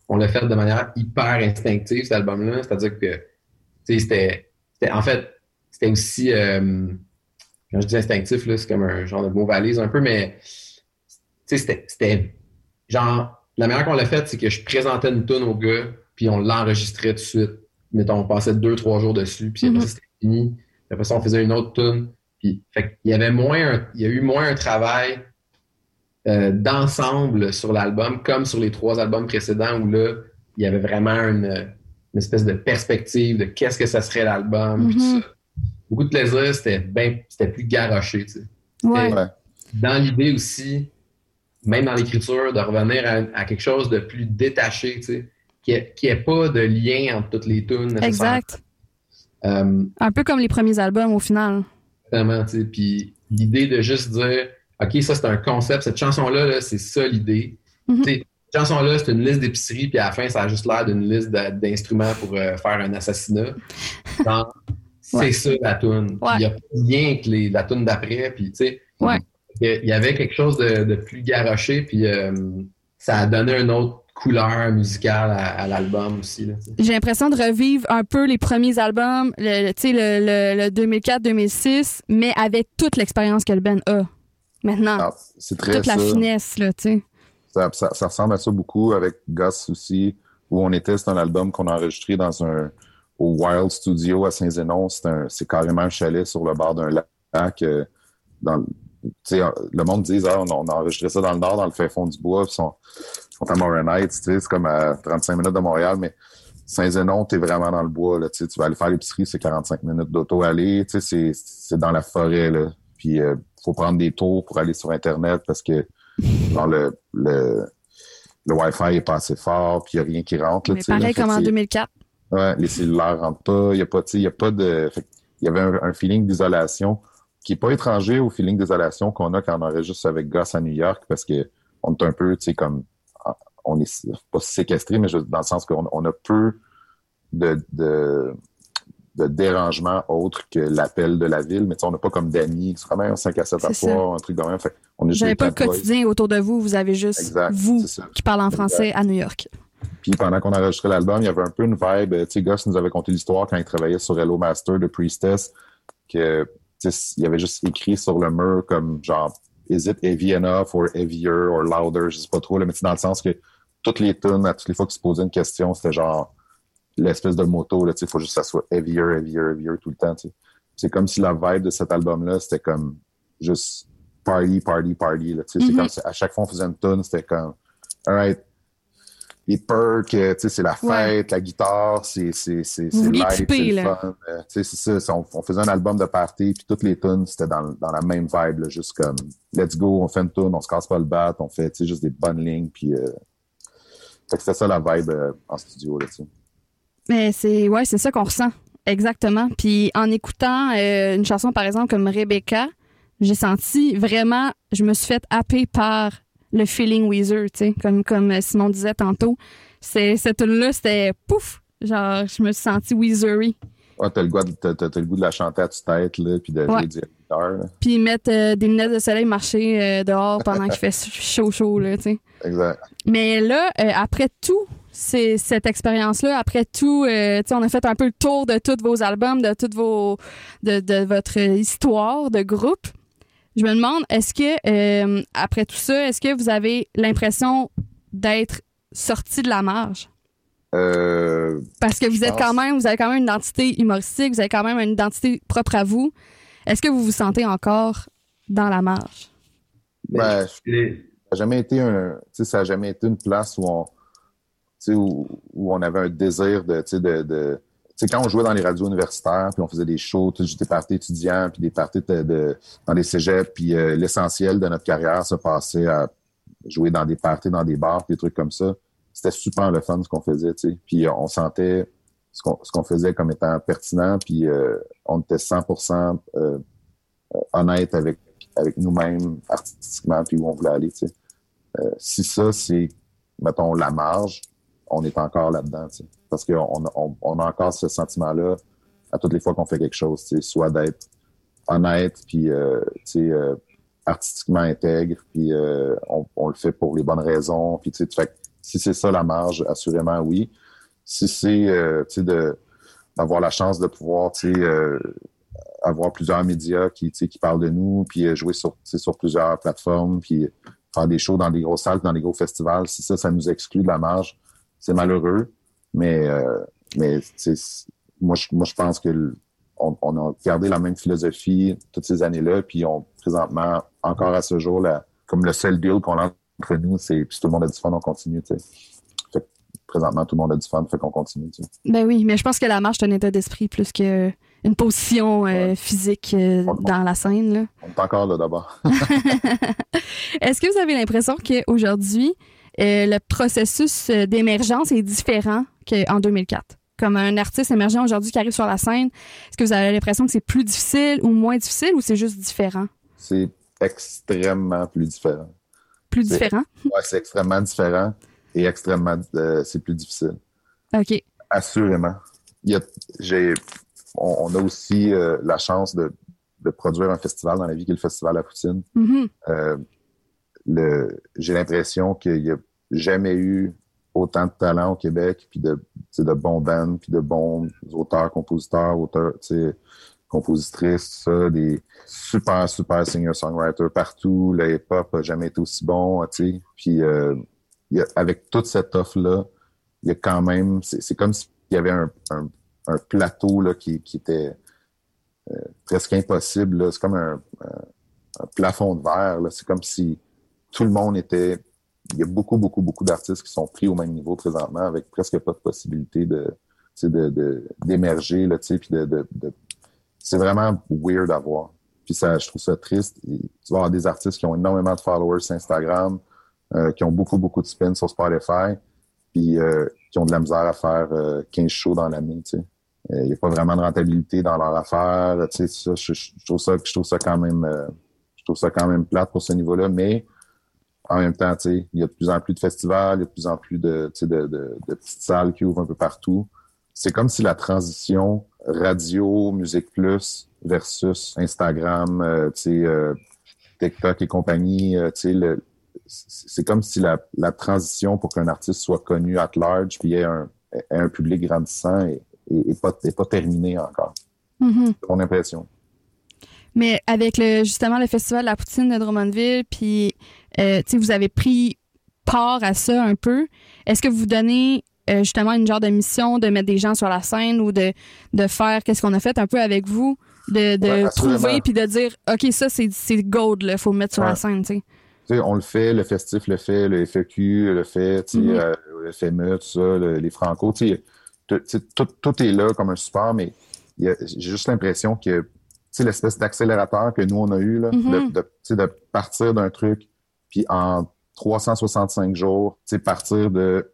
on l'a fait de manière hyper instinctive, cet album-là. C'est-à-dire que, tu sais, c'était aussi, quand je dis instinctif, là, c'est comme un genre de mot valise un peu, mais, tu sais, c'était genre, la manière qu'on l'a fait, c'est que je présentais une tune au gars, puis on l'enregistrait tout de suite. Mettons, on passait 2-3 jours dessus, puis après ça, c'était fini. Puis après ça, on faisait une autre tune. Puis, fait qu'il y avait il y a eu moins un travail d'ensemble sur l'album, comme sur les 3 albums précédents, où là, il y avait vraiment une espèce de perspective de qu'est-ce que ça serait l'album, puis tout ça. Beaucoup de plaisir, c'était plus garoché, tu sais. Ouais. Dans l'idée aussi, même dans l'écriture, de revenir à quelque chose de plus détaché, tu sais, qui ait pas de lien entre toutes les tunes. Exact. Un peu comme les premiers albums, au final. Exactement, tu sais. Puis l'idée de juste dire, OK, ça, c'est un concept. Cette chanson-là, là, c'est ça l'idée. Tu sais, cette chanson-là, c'est une liste d'épicerie, puis à la fin, ça a juste l'air d'une liste d'instruments pour faire un assassinat. Donc, c'est ça, la tune. Il n'y a pas de lien avec la tune d'après, puis tu sais, il y avait quelque chose de plus garoché, puis ça a donné une autre couleur musicale à l'album aussi. Là, j'ai l'impression de revivre un peu les premiers albums, le 2004-2006, mais avec toute l'expérience que le band a maintenant. Ah, c'est très toute la finesse, là, tu sais. Ça ressemble à ça beaucoup avec Gus aussi, où on était, c'est un album qu'on a enregistré au Wild Studio à Saint-Zénon. C'est carrément un chalet sur le bord d'un lac. Le monde dit on a enregistré ça dans le nord, dans le fin fond du bois, puis ils sont à Morin Heights, c'est comme à 35 minutes de Montréal, mais Saint-Zénon, t'es vraiment dans le bois, là, tu vas aller faire l'épicerie, c'est 45 minutes d'auto aller, c'est dans la forêt, là. Puis faut prendre des tours pour aller sur Internet parce que genre, le Wi-Fi est pas assez fort, puis il n'y a rien qui rentre. Là, mais pareil comme en 2004. Ouais, les cellulaires rentrent pas, il y a pas de... Il y avait un feeling d'isolation qui est pas étranger au feeling d'isolation qu'on a quand on enregistre avec Gus à New York, parce que on est un peu, tu sais, comme... On est pas séquestré, mais dans le sens qu'on a peu de dérangement autre que l'appel de la ville. Mais tu sais, on n'a pas comme d'amis qui se ramènent un 5 à 7 à soir, un truc de même. Vous n'avez pas le quotidien autour de vous, vous avez juste vous qui parlent en français à New York. Puis pendant qu'on enregistrait l'album, il y avait un peu une vibe. Tu sais, Gus nous avait conté l'histoire quand il travaillait sur Hello Master de Priestess, que il avait juste écrit sur le mur comme genre is it heavy enough or heavier or louder, je sais pas trop, là, mais dans le sens que toutes les tunes, à toutes les fois qu'il se posait une question, c'était genre l'espèce de moto, là, tu sais, il faut juste que ça soit heavier, heavier, heavier tout le temps, tu sais. C'est comme si la vibe de cet album-là, c'était comme juste party, party, party, là, tu sais. C'est comme si à chaque fois on faisait une tune, c'était comme, alright, les perks, tu sais, c'est la fête, la guitare, c'est live, c'est le fun. Tu sais, c'est ça, on faisait un album de party, puis toutes les tunes, c'était dans la même vibe, là, juste comme, let's go, on fait une tune, on se casse pas le bat, on fait, tu sais, juste des bonnes lignes, puis fait que c'était ça la vibe en studio, là, tu sais. Mais c'est ça qu'on ressent, exactement. Puis en écoutant une chanson, par exemple, comme Rebecca, j'ai senti vraiment, je me suis fait happer par le feeling Weezer, tu sais, comme Simon disait tantôt. Cette tune-là, c'était pouf, genre, je me suis sentie Weezery. Ouais, t'as le goût de la chanter à tue-tête, là, puis de jouer du guitare. Puis mettre des lunettes de soleil, marcher dehors pendant qu'il fait chaud, là, tu sais. Exact. Mais là, après tout, c'est cette expérience-là, après tout, tu sais, on a fait un peu le tour de tous vos albums, de toutes de votre histoire de groupe. Je me demande, est-ce que, après tout ça, est-ce que vous avez l'impression d'être sorti de la marge? Parce que vous avez quand même une identité humoristique, vous avez quand même une identité propre à vous. Est-ce que vous vous sentez encore dans la marge? Ben, ça n'a jamais été une place où on avait un désir de quand on jouait dans les radios universitaires, puis on faisait des shows, des parties étudiants, puis des parties dans des cégeps, puis l'essentiel de notre carrière se passait à jouer dans des parties, dans des bars, puis des trucs comme ça. C'était super le fun ce qu'on faisait, tu sais. Puis on sentait ce qu'on faisait comme étant pertinent, puis on était 100% honnête avec nous-mêmes artistiquement, puis où on voulait aller, tu sais. Si ça, c'est, mettons, la marge, on est encore là-dedans, tu sais. Parce qu'on a encore ce sentiment-là à toutes les fois qu'on fait quelque chose, tu sais, soit d'être honnête, puis artistiquement intègre, puis on le fait pour les bonnes raisons, puis tu sais, fait Si c'est ça la marge, assurément oui. Si c'est d'avoir la chance de pouvoir avoir plusieurs médias qui parlent de nous, puis jouer sur plusieurs plateformes, puis faire des shows dans des grosses salles, dans des gros festivals, si ça nous exclut de la marge, c'est malheureux. Mais moi je pense que on a gardé la même philosophie toutes ces années-là, puis présentement, encore à ce jour, comme le seul deal qu'on a entre nous, puis tout le monde a du fun, on continue, tu sais. Fait que présentement, tout le monde a du fun, fait qu'on continue, tu sais. Ben oui, mais je pense que la marche, c'est un état d'esprit plus qu'une position physique dans la scène, là. On est encore là, d'abord. Est-ce que vous avez l'impression qu'aujourd'hui, le processus d'émergence est différent qu'en 2004? Comme un artiste émergent aujourd'hui qui arrive sur la scène, est-ce que vous avez l'impression que c'est plus difficile ou moins difficile ou c'est juste différent? C'est extrêmement plus différent. Plus différent? Oui, c'est extrêmement différent et extrêmement, c'est plus difficile. OK. Assurément. On a aussi la chance de produire un festival dans la vie qui est le Festival La Poutine. Mm-hmm. J'ai l'impression qu'il n'y a jamais eu autant de talent au Québec, puis de bons bands, puis de bons auteurs, compositrices, tout ça, des super singer-songwriters partout. Le hip-hop n'a jamais été aussi bon, tu sais. Puis avec toute cette offre-là, il y a quand même... C'est comme s'il y avait un plateau là, qui était presque impossible. Là. C'est comme un plafond de verre. Là. C'est comme si tout le monde était... Il y a beaucoup d'artistes qui sont pris au même niveau présentement avec presque pas de possibilité d'émerger, là, tu sais, puis c'est vraiment weird à voir. Puis ça, je trouve ça triste. Et tu vas avoir des artistes qui ont énormément de followers sur Instagram, qui ont beaucoup de spins sur Spotify, puis qui ont de la misère à faire 15 shows dans l'année, tu sais. Il n'y a pas vraiment de rentabilité dans leur affaire, tu sais, ça, je trouve ça quand même plate pour ce niveau-là, mais en même temps, tu sais, il y a de plus en plus de festivals, il y a de plus en plus de petites salles qui ouvrent un peu partout. C'est comme si la transition radio, Musique Plus versus Instagram, TikTok et compagnie, c'est comme si la transition pour qu'un artiste soit connu at large puis ait un public grandissant est pas terminée encore. Mm-hmm. C'est mon impression. Mais avec justement le Festival de la Poutine de Drummondville, puis vous avez pris part à ça un peu, est-ce que vous donnez justement une genre de mission de mettre des gens sur la scène ou de faire qu'est-ce qu'on a fait un peu avec vous, de trouver puis de dire OK, ça c'est gold, il faut le mettre sur la scène, tu sais. On le fait, le Festif le fait, le FEQ le fait, le FME, tout ça, les Franco, tout est là comme un support, mais j'ai juste l'impression que l'espèce d'accélérateur que nous, on a eu, là, de partir d'un truc, puis en 365 jours, partir de...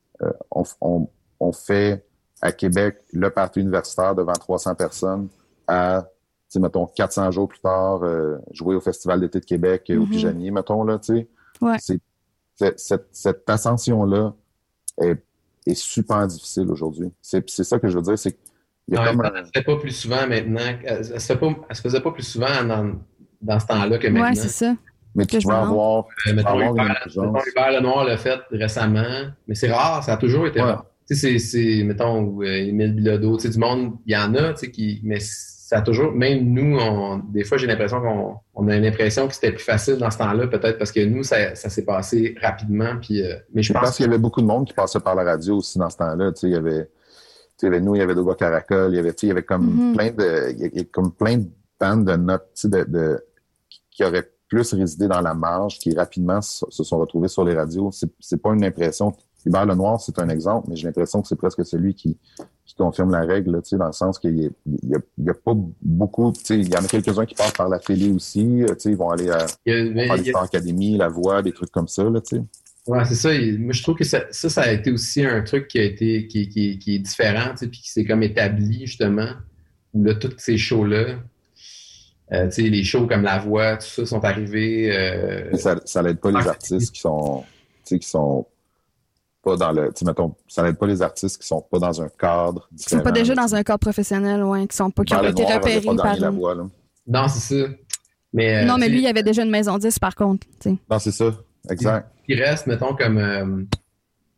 on fait à Québec le party universitaire devant 300 personnes à, mettons, 400 jours plus tard, jouer au Festival d'été de Québec au Pigeonnier, mettons, là, tu sais. Ouais. Cette ascension-là est super difficile aujourd'hui. C'est ça que je veux dire, c'est elle se fait pas plus souvent maintenant. Elle se faisait pas plus souvent dans ce temps-là que maintenant. Oui, c'est ça. Mais tu vas avoir... Mettons, Hubert Lenoir l'a fait récemment, mais c'est rare, ça a toujours été rare. Tu sais, c'est mettons, Émile Bilodeau, tu sais, du monde, il y en a, tu sais, mais ça a toujours... Même nous, des fois, j'ai l'impression qu'on a l'impression que c'était plus facile dans ce temps-là, peut-être parce que nous, ça s'est passé rapidement, puis... mais je pense qu'il y avait beaucoup de monde qui passait par la radio aussi dans ce temps-là, tu sais, il y avait Doga Caracol, il y avait comme plein de bandes de notes, qui auraient plus résidé dans la marge, qui rapidement se sont retrouvés sur les radios. C'est pas une impression. Hubert Lenoir, c'est un exemple, mais j'ai l'impression que c'est presque celui qui confirme la règle, là, dans le sens qu'il y a pas beaucoup, il y en a quelques-uns qui passent par la télé aussi, ils vont aller à Star Academy, La Voix, des trucs comme ça, là, tu sais. Ouais, c'est ça. Moi, je trouve que ça a été aussi un truc qui est différent, tu sais, puis qui s'est comme établi, justement, où là, tous ces shows-là, tu sais, les shows comme La Voix, tout ça, sont arrivés... Ça n'aide pas les artistes qui sont pas dans le... mettons, ça n'aide pas les artistes qui sont pas dans un cadre différent. Qui sont pas déjà dans un cadre professionnel, ouais, qui ont été repérés par... La Voix, là. Non, c'est ça. Mais, non, mais lui, il avait déjà une maison 10, par contre, tu sais. Non, c'est ça. Exact. Il reste, mettons, comme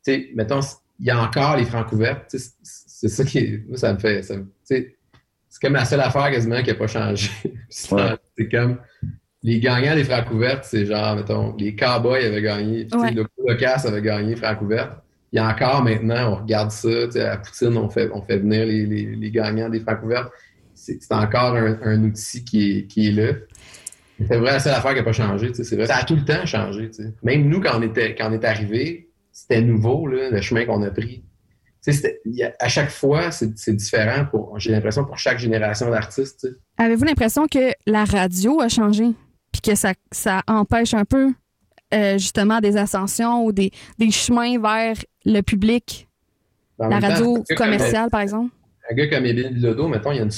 sais, mettons, il y a encore les francs ouverts. C'est ça qui moi, ça me fait. C'est comme la seule affaire quasiment qui n'a pas changé. C'est comme les gagnants des francs ouverts, c'est genre, mettons, les Cowboys avaient gagné, puis le Locas avait gagné francs ouverts. Il y a encore maintenant, on regarde ça, à Poutine, on fait venir les gagnants des francs ouverts. C'est encore un outil qui est là. C'est vrai, la seule affaire qui n'a pas changé. C'est vrai, ça a tout le temps changé. T'sais. Même nous, quand on est arrivé, c'était nouveau, là, le chemin qu'on a pris. À chaque fois, c'est différent, j'ai l'impression, pour chaque génération d'artistes. T'sais. Avez-vous l'impression que la radio a changé? Puis que ça empêche un peu, justement, des ascensions ou des chemins vers le public? La radio commerciale, par exemple? Un gars comme Émile Bilodeau, mettons, il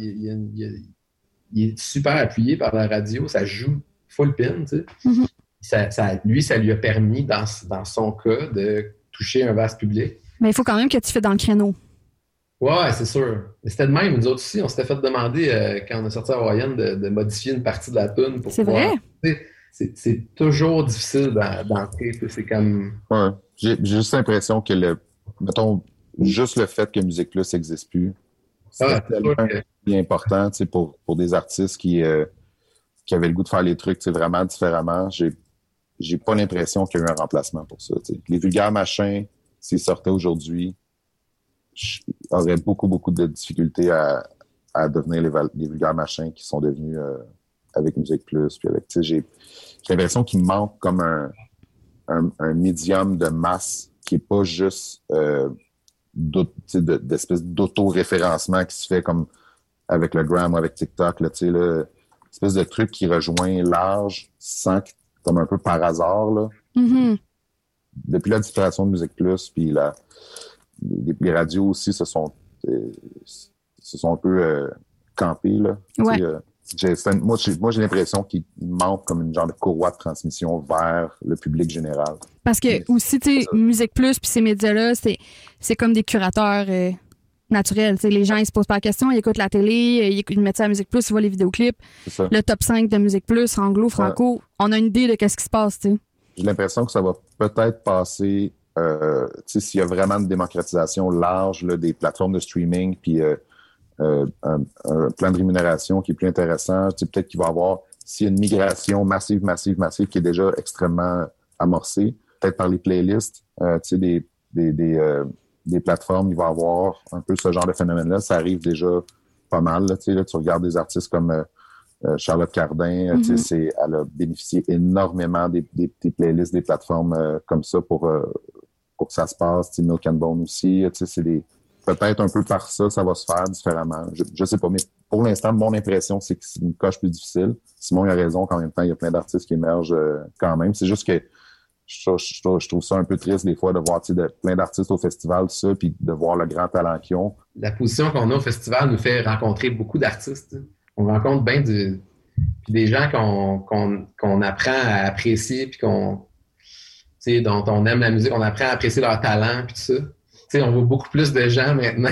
est super appuyé par la radio, ça joue full pin, tu sais. Mm-hmm. Ça lui a permis, dans son cas, de toucher un vaste public. Mais il faut quand même que tu fais dans le créneau. Ouais, c'est sûr. Mais c'était de même, nous autres aussi, on s'était fait demander, quand on a sorti Hawaïenne, de modifier une partie de la tune pour pouvoir... C'est vrai? C'est toujours difficile d'entrer, c'est comme... Ouais, j'ai juste l'impression que mettons, juste le fait que Musique Plus n'existe plus, c'est tellement important pour des artistes qui avaient le goût de faire les trucs vraiment différemment. J'ai pas l'impression qu'il y a eu un remplacement pour ça. T'sais. Les vulgaires machins, s'ils sortaient aujourd'hui, j'aurais beaucoup de difficultés à devenir les vulgaires machins qui sont devenus avec Musique Plus. Puis j'ai l'impression qu'il manque comme un médium de masse qui est pas juste d'espèce d'auto-référencement qui se fait comme avec le Gram ou avec TikTok, là, espèce de truc qui rejoint large sans comme un peu par hasard. Là. Mm-hmm. Depuis la disparition de Musique Plus, puis les radios aussi se sont un peu campées. Là. Ouais. Moi, j'ai l'impression qu'il manque comme une genre de courroie de transmission vers le public général. Parce que aussi, tu sais, Musique Plus puis ces médias-là, c'est comme des curateurs naturels. T'sais, les gens, ils se posent pas la question, ils écoutent la télé, ils mettent ça à Musique Plus, ils voient les vidéoclips. Le top 5 de Musique Plus, anglo, franco, on a une idée de ce qui se passe, tu sais. J'ai l'impression que ça va peut-être passer, s'il y a vraiment une démocratisation large là, des plateformes de streaming, puis un plan de rémunération qui est plus intéressant. Peut-être qu'il va y avoir, s'il y a une migration massive qui est déjà extrêmement amorcée, peut-être par les playlists, des plateformes, il va y avoir un peu ce genre de phénomène-là. Ça arrive déjà pas mal. Là, tu regardes des artistes comme Charlotte Cardin, elle a bénéficié énormément des playlists, des plateformes comme ça pour que ça se passe. Milk and Bone aussi. Peut-être un peu par ça va se faire différemment. Je sais pas, mais pour l'instant, mon impression, c'est que c'est une coche plus difficile. Simon, il a raison qu'en même temps, il y a plein d'artistes qui émergent quand même. C'est juste que je trouve ça un peu triste des fois de voir plein d'artistes au festival, ça, puis de voir le grand talent qu'ils ont. La position qu'on a au festival nous fait rencontrer beaucoup d'artistes. On rencontre bien des gens qu'on apprend à apprécier, puis dont on aime la musique, on apprend à apprécier leur talent, puis tout ça. T'sais, on voit beaucoup plus de gens maintenant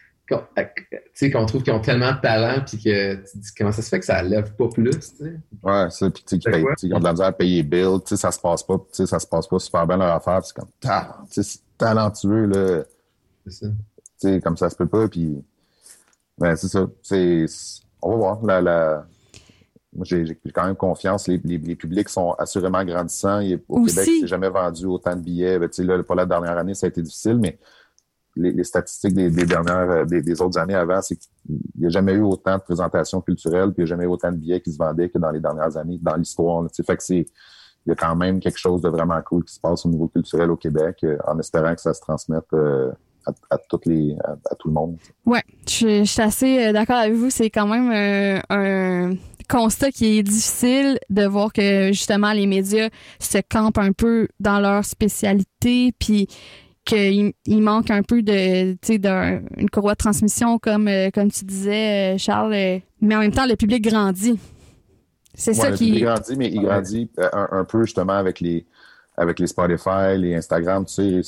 qu'on trouve qu'ils ont tellement de talent, puis que tu te dis comment ça se fait que ça lève pas plus, t'sais? Ouais, ça, puis ils ont de la misère à payer bill, ça se passe pas super bien leur affaire, c'est comme c'est talentueux, là. C'est ça. T'sais, comme ça se peut pas, puis ben c'est ça. On va voir. Moi, j'ai quand même confiance. Les publics sont assurément grandissants. Au Québec, c'est jamais vendu autant de billets. Là, pour la dernière année, ça a été difficile, mais les statistiques des autres années avant, c'est qu'il n'y a jamais eu autant de présentations culturelles, puis il n'y a jamais eu autant de billets qui se vendaient que dans les dernières années, dans l'histoire. Fait que il y a quand même quelque chose de vraiment cool qui se passe au niveau culturel au Québec, en espérant que ça se transmette à tout le monde. Ouais, je suis assez d'accord avec vous. C'est quand même un constat qui est difficile de voir que justement les médias se campent un peu dans leur spécialité, puis qu'il manque un peu d'une courroie de transmission comme tu disais, Charles. Mais en même temps, le public grandit. C'est ça qui... Le public grandit, mais il grandit un peu justement avec les Spotify, les Instagram,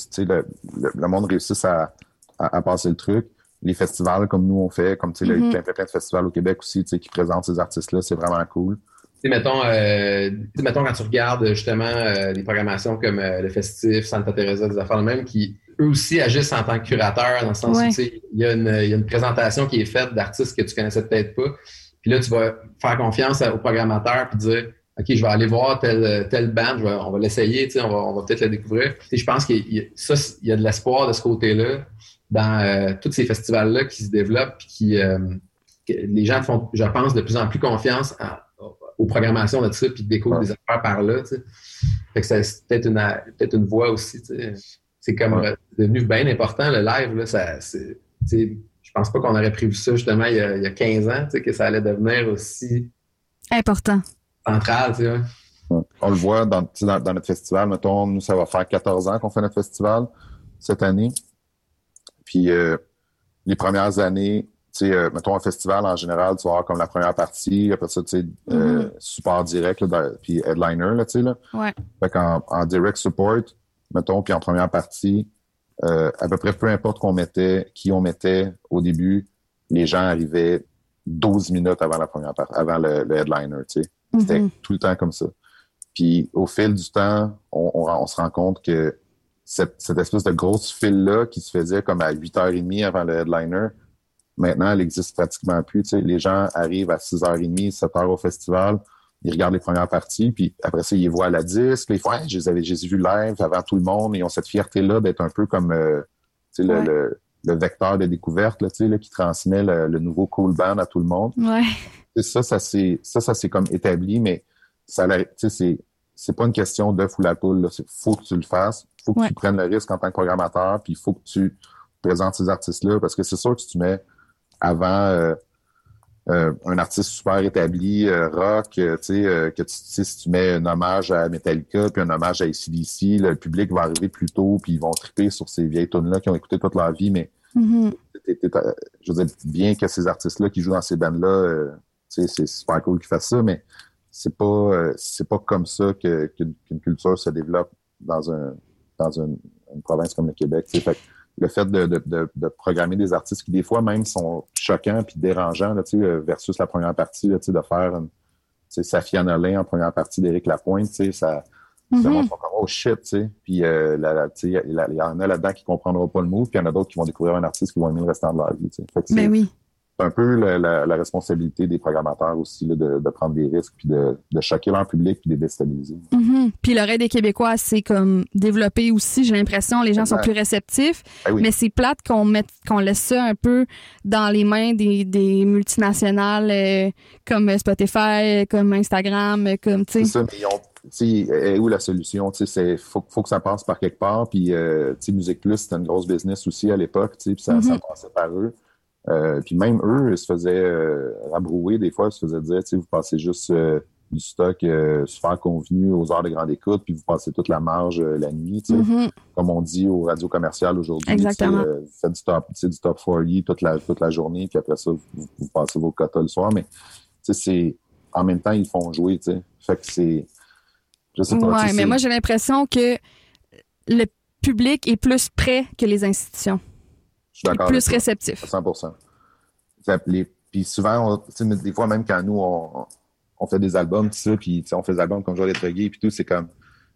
le monde réussit à passer le truc. Les festivals comme nous on fait, comme il y a plein de festivals au Québec aussi qui présentent ces artistes-là, c'est vraiment cool. Mettons quand tu regardes justement des programmations comme le Festif, Santa Teresa, des affaires de même, qui eux aussi agissent en tant que curateurs, dans le sens où il y a une présentation qui est faite d'artistes que tu connaissais peut-être pas. Puis là, tu vas faire confiance au programmateur puis dire OK, je vais aller voir telle band, on va l'essayer, on va peut-être la découvrir. Je pense qu'il y a de l'espoir de ce côté-là dans tous ces festivals-là qui se développent puis que les gens font, je pense, de plus en plus confiance aux programmations de ça puis découvrent des affaires par là. T'sais. Fait que c'est peut-être une voie aussi. T'sais. C'est comme devenu bien important le live. Là, je pense pas qu'on aurait prévu ça justement il y a 15 ans, que ça allait devenir aussi important. Central, tu sais. On le voit dans notre festival. Mettons, nous, ça va faire 14 ans qu'on fait notre festival cette année. Puis les premières années, tu sais, mettons un festival en général, tu vas avoir comme la première partie, après ça, tu sais, support direct, là, puis headliner, là, tu sais, là. Ouais. Fait qu'en direct support, mettons, puis en première partie, à peu près peu importe qui on mettait au début, les gens arrivaient 12 minutes avant avant le headliner, tu sais. C'était tout le temps comme ça. Puis au fil du temps, on se rend compte que cette espèce de grosse file-là qui se faisait comme à 8h30 avant le headliner, maintenant, elle existe pratiquement plus. Tu sais. Les gens arrivent à 6h30, 7h au festival, ils regardent les premières parties, puis après ça, ils les voient à la disque, ils font hey, je les ai vus live avant tout le monde, ils ont cette fierté-là d'être un peu comme tu sais, le vecteur de découverte là, tu sais, là, qui transmet le nouveau cool band à tout le monde. Ouais. Ça s'est comme établi, mais ça, tu sais, c'est pas une question d'œuf ou la poule. Il faut que tu le fasses. Il faut que tu prennes le risque en tant que programmateur, puis il faut que tu présentes ces artistes-là, parce que c'est sûr que si tu mets avant un artiste super établi, rock, tu sais, si tu mets un hommage à Metallica puis un hommage à AC/DC, le public va arriver plus tôt, puis ils vont triper sur ces vieilles tunes-là qu'ils ont écouté toute leur vie, mais je veux dire, bien que ces artistes-là qui jouent dans ces bandes-là, tu sais, c'est super cool qu'ils fassent ça, mais c'est pas comme ça qu'une culture se développe dans une province comme le Québec. T'sais. Fait que le fait de programmer des artistes qui des fois même sont choquants puis dérangeants là, versus la première partie là, de faire Safia Nolin en première partie d'Éric Lapointe, ça montre comme oh shit, puis il y en a là-dedans qui comprendront pas le move, puis il y en a d'autres qui vont découvrir un artiste qui vont aimer le restant de leur vie. Fait que c'est un peu la responsabilité des programmateurs aussi là, de prendre des risques puis de choquer leur public puis de les déstabiliser. Puis l'oreille des Québécois, c'est comme développé aussi, j'ai l'impression, les gens sont plus réceptifs, mais c'est plate qu'on laisse ça un peu dans les mains des multinationales comme Spotify, comme Instagram, comme tu sais. C'est ça, mais où la solution? Faut que ça passe par quelque part, puis Musique Plus, c'était une grosse business aussi à l'époque, puis ça passait par eux. Puis même eux, ils se faisaient rabrouer des fois, ils se faisaient dire, vous passez juste du stock super convenu aux heures de grande écoute, puis vous passez toute la marge la nuit, comme on dit aux radios commerciales aujourd'hui. Exactement. Vous faites du top 40 toute la journée, puis après ça, vous passez vos quotas le soir, mais c'est en même temps, ils font jouer, fait que c'est... Je sais pas, ouais, mais moi, j'ai l'impression que le public est plus prêt que les institutions. Je suis d'accord. Plus réceptif. 100%. Puis souvent, des fois, même quand nous, on fait des albums, tout ça, puis on fait des albums comme Joie d'être gay, puis tout, c'est comme,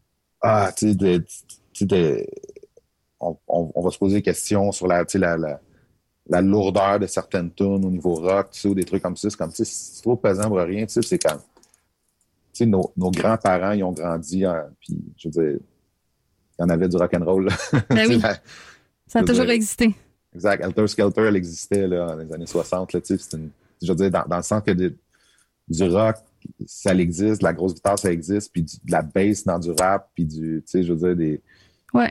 on va se poser des questions sur la lourdeur de certaines tunes au niveau rock, ou des trucs comme ça. C'est comme, c'est trop pesant pour rien, c'est comme, nos grands-parents, ils ont grandi, puis je veux dire, il y en avait du rock'n'roll. Ben oui. Ça a toujours existé. Exact. Helter Skelter, elle existait là, dans les années 60. Là, je veux dire, dans le sens que du rock, ça existe, de la grosse guitare, ça existe, puis de la bass dans du rap, puis je veux dire, ouais.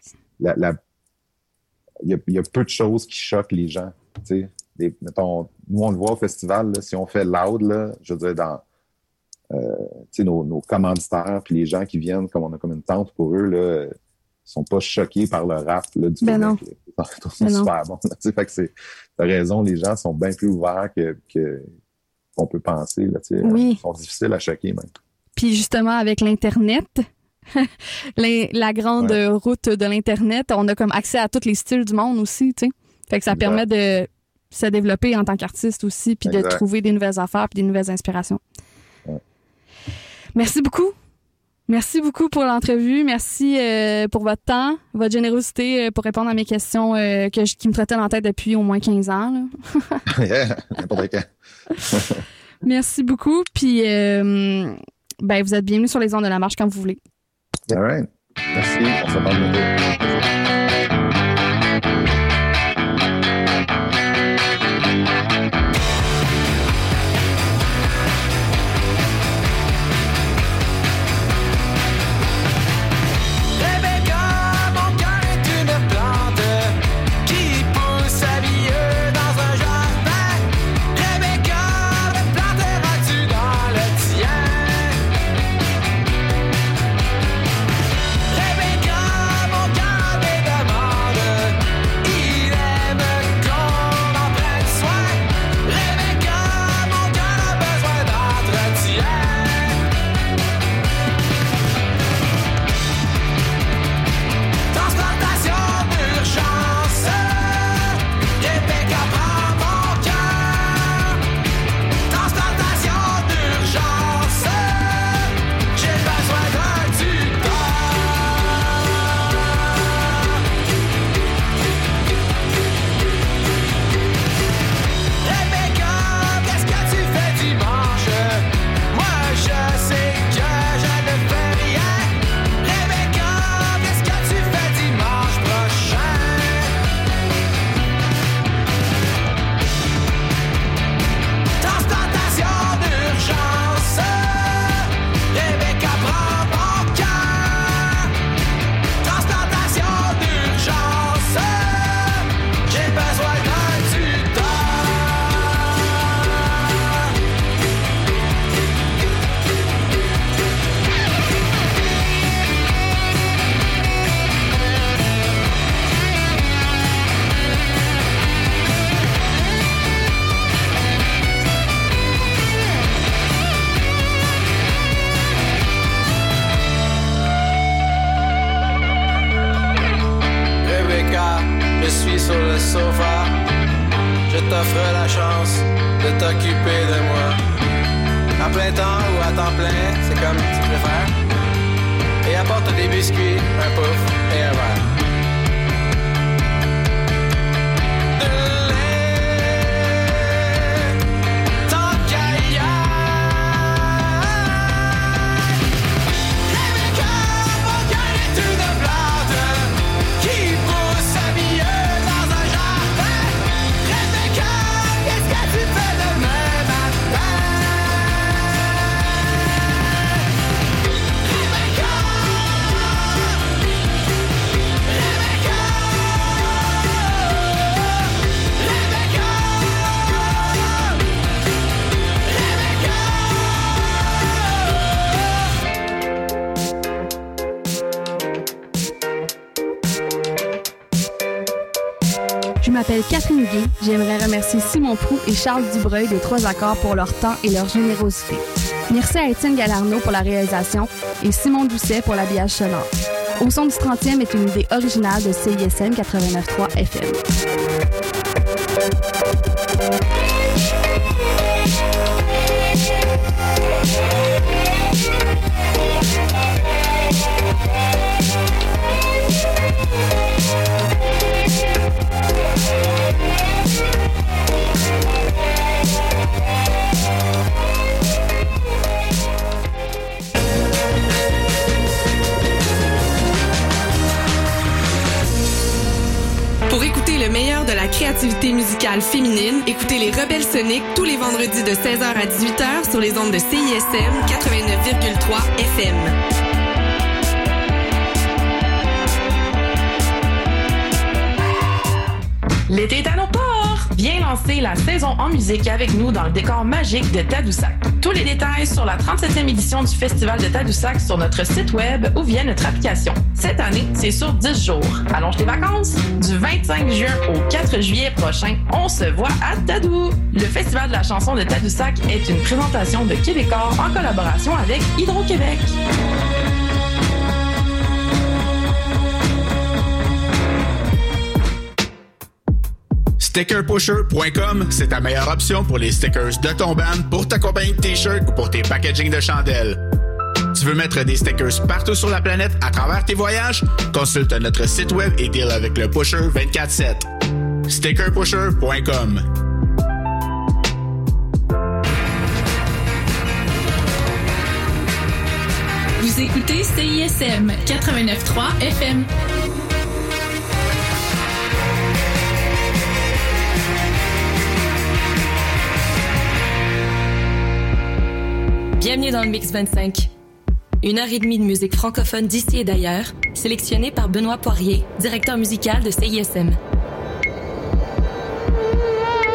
Il y a peu de choses qui choquent les gens. Mettons, nous, on le voit au festival, là, si on fait loud, là, je veux dire, dans nos commanditaires, puis les gens qui viennent, comme on a comme une tente pour eux, là, sont pas choqués par le rap là, du Québec. Non. Ils sont super bons. Fait que t'as raison, les gens sont bien plus ouverts qu'on peut penser. Là, ils sont difficiles à choquer même. Puis justement, avec l'Internet, la grande route de l'Internet, on a comme accès à tous les styles du monde aussi. T'sais. Fait que ça permet de se développer en tant qu'artiste aussi, puis de trouver des nouvelles affaires puis des nouvelles inspirations. Ouais. Merci beaucoup. Merci beaucoup pour l'entrevue. Merci pour votre temps, votre générosité pour répondre à mes questions qui me traitaient dans la tête depuis au moins 15 ans. Yeah, n'importe quand. Merci beaucoup. Puis, vous êtes bienvenus sur les ondes de la marche quand vous voulez. All right. Merci. On se parle bientôt. Je m'appelle Catherine Guay. J'aimerais remercier Simon Proulx et Charles Dubreuil des Trois Accords pour leur temps et leur générosité. Merci à Étienne Galarno pour la réalisation et Simon Doucet pour l'habillage sonore. Au son du 30e est une idée originale de CISM 89.3 FM. Pour écouter le meilleur de la créativité musicale féminine, écoutez les Rebelles Soniques tous les vendredis de 16h à 18h sur les ondes de CISM 89,3 FM. L'été est à nos portes! Viens lancer la saison en musique avec nous dans le décor magique de Tadoussac. Tous les détails sur la 37e édition du Festival de Tadoussac sur notre site web ou via notre application. Cette année, c'est sur 10 jours. Allonge tes vacances! Du 25 juin au 4 juillet prochain, on se voit à Tadou! Le Festival de la chanson de Tadoussac est une présentation de Québecor en collaboration avec Hydro-Québec. StickerPusher.com, c'est ta meilleure option pour les stickers de ton band, pour ta compagnie de t-shirts ou pour tes packaging de chandelles. Tu veux mettre des stickers partout sur la planète à travers tes voyages? Consulte notre site web et deal avec le Pusher 24/7. Stickerpusher.com. Vous écoutez CISM 89.3 FM. Bienvenue dans le Mix 25. 1h30 de musique francophone d'ici et d'ailleurs, sélectionnée par Benoît Poirier, directeur musical de CISM.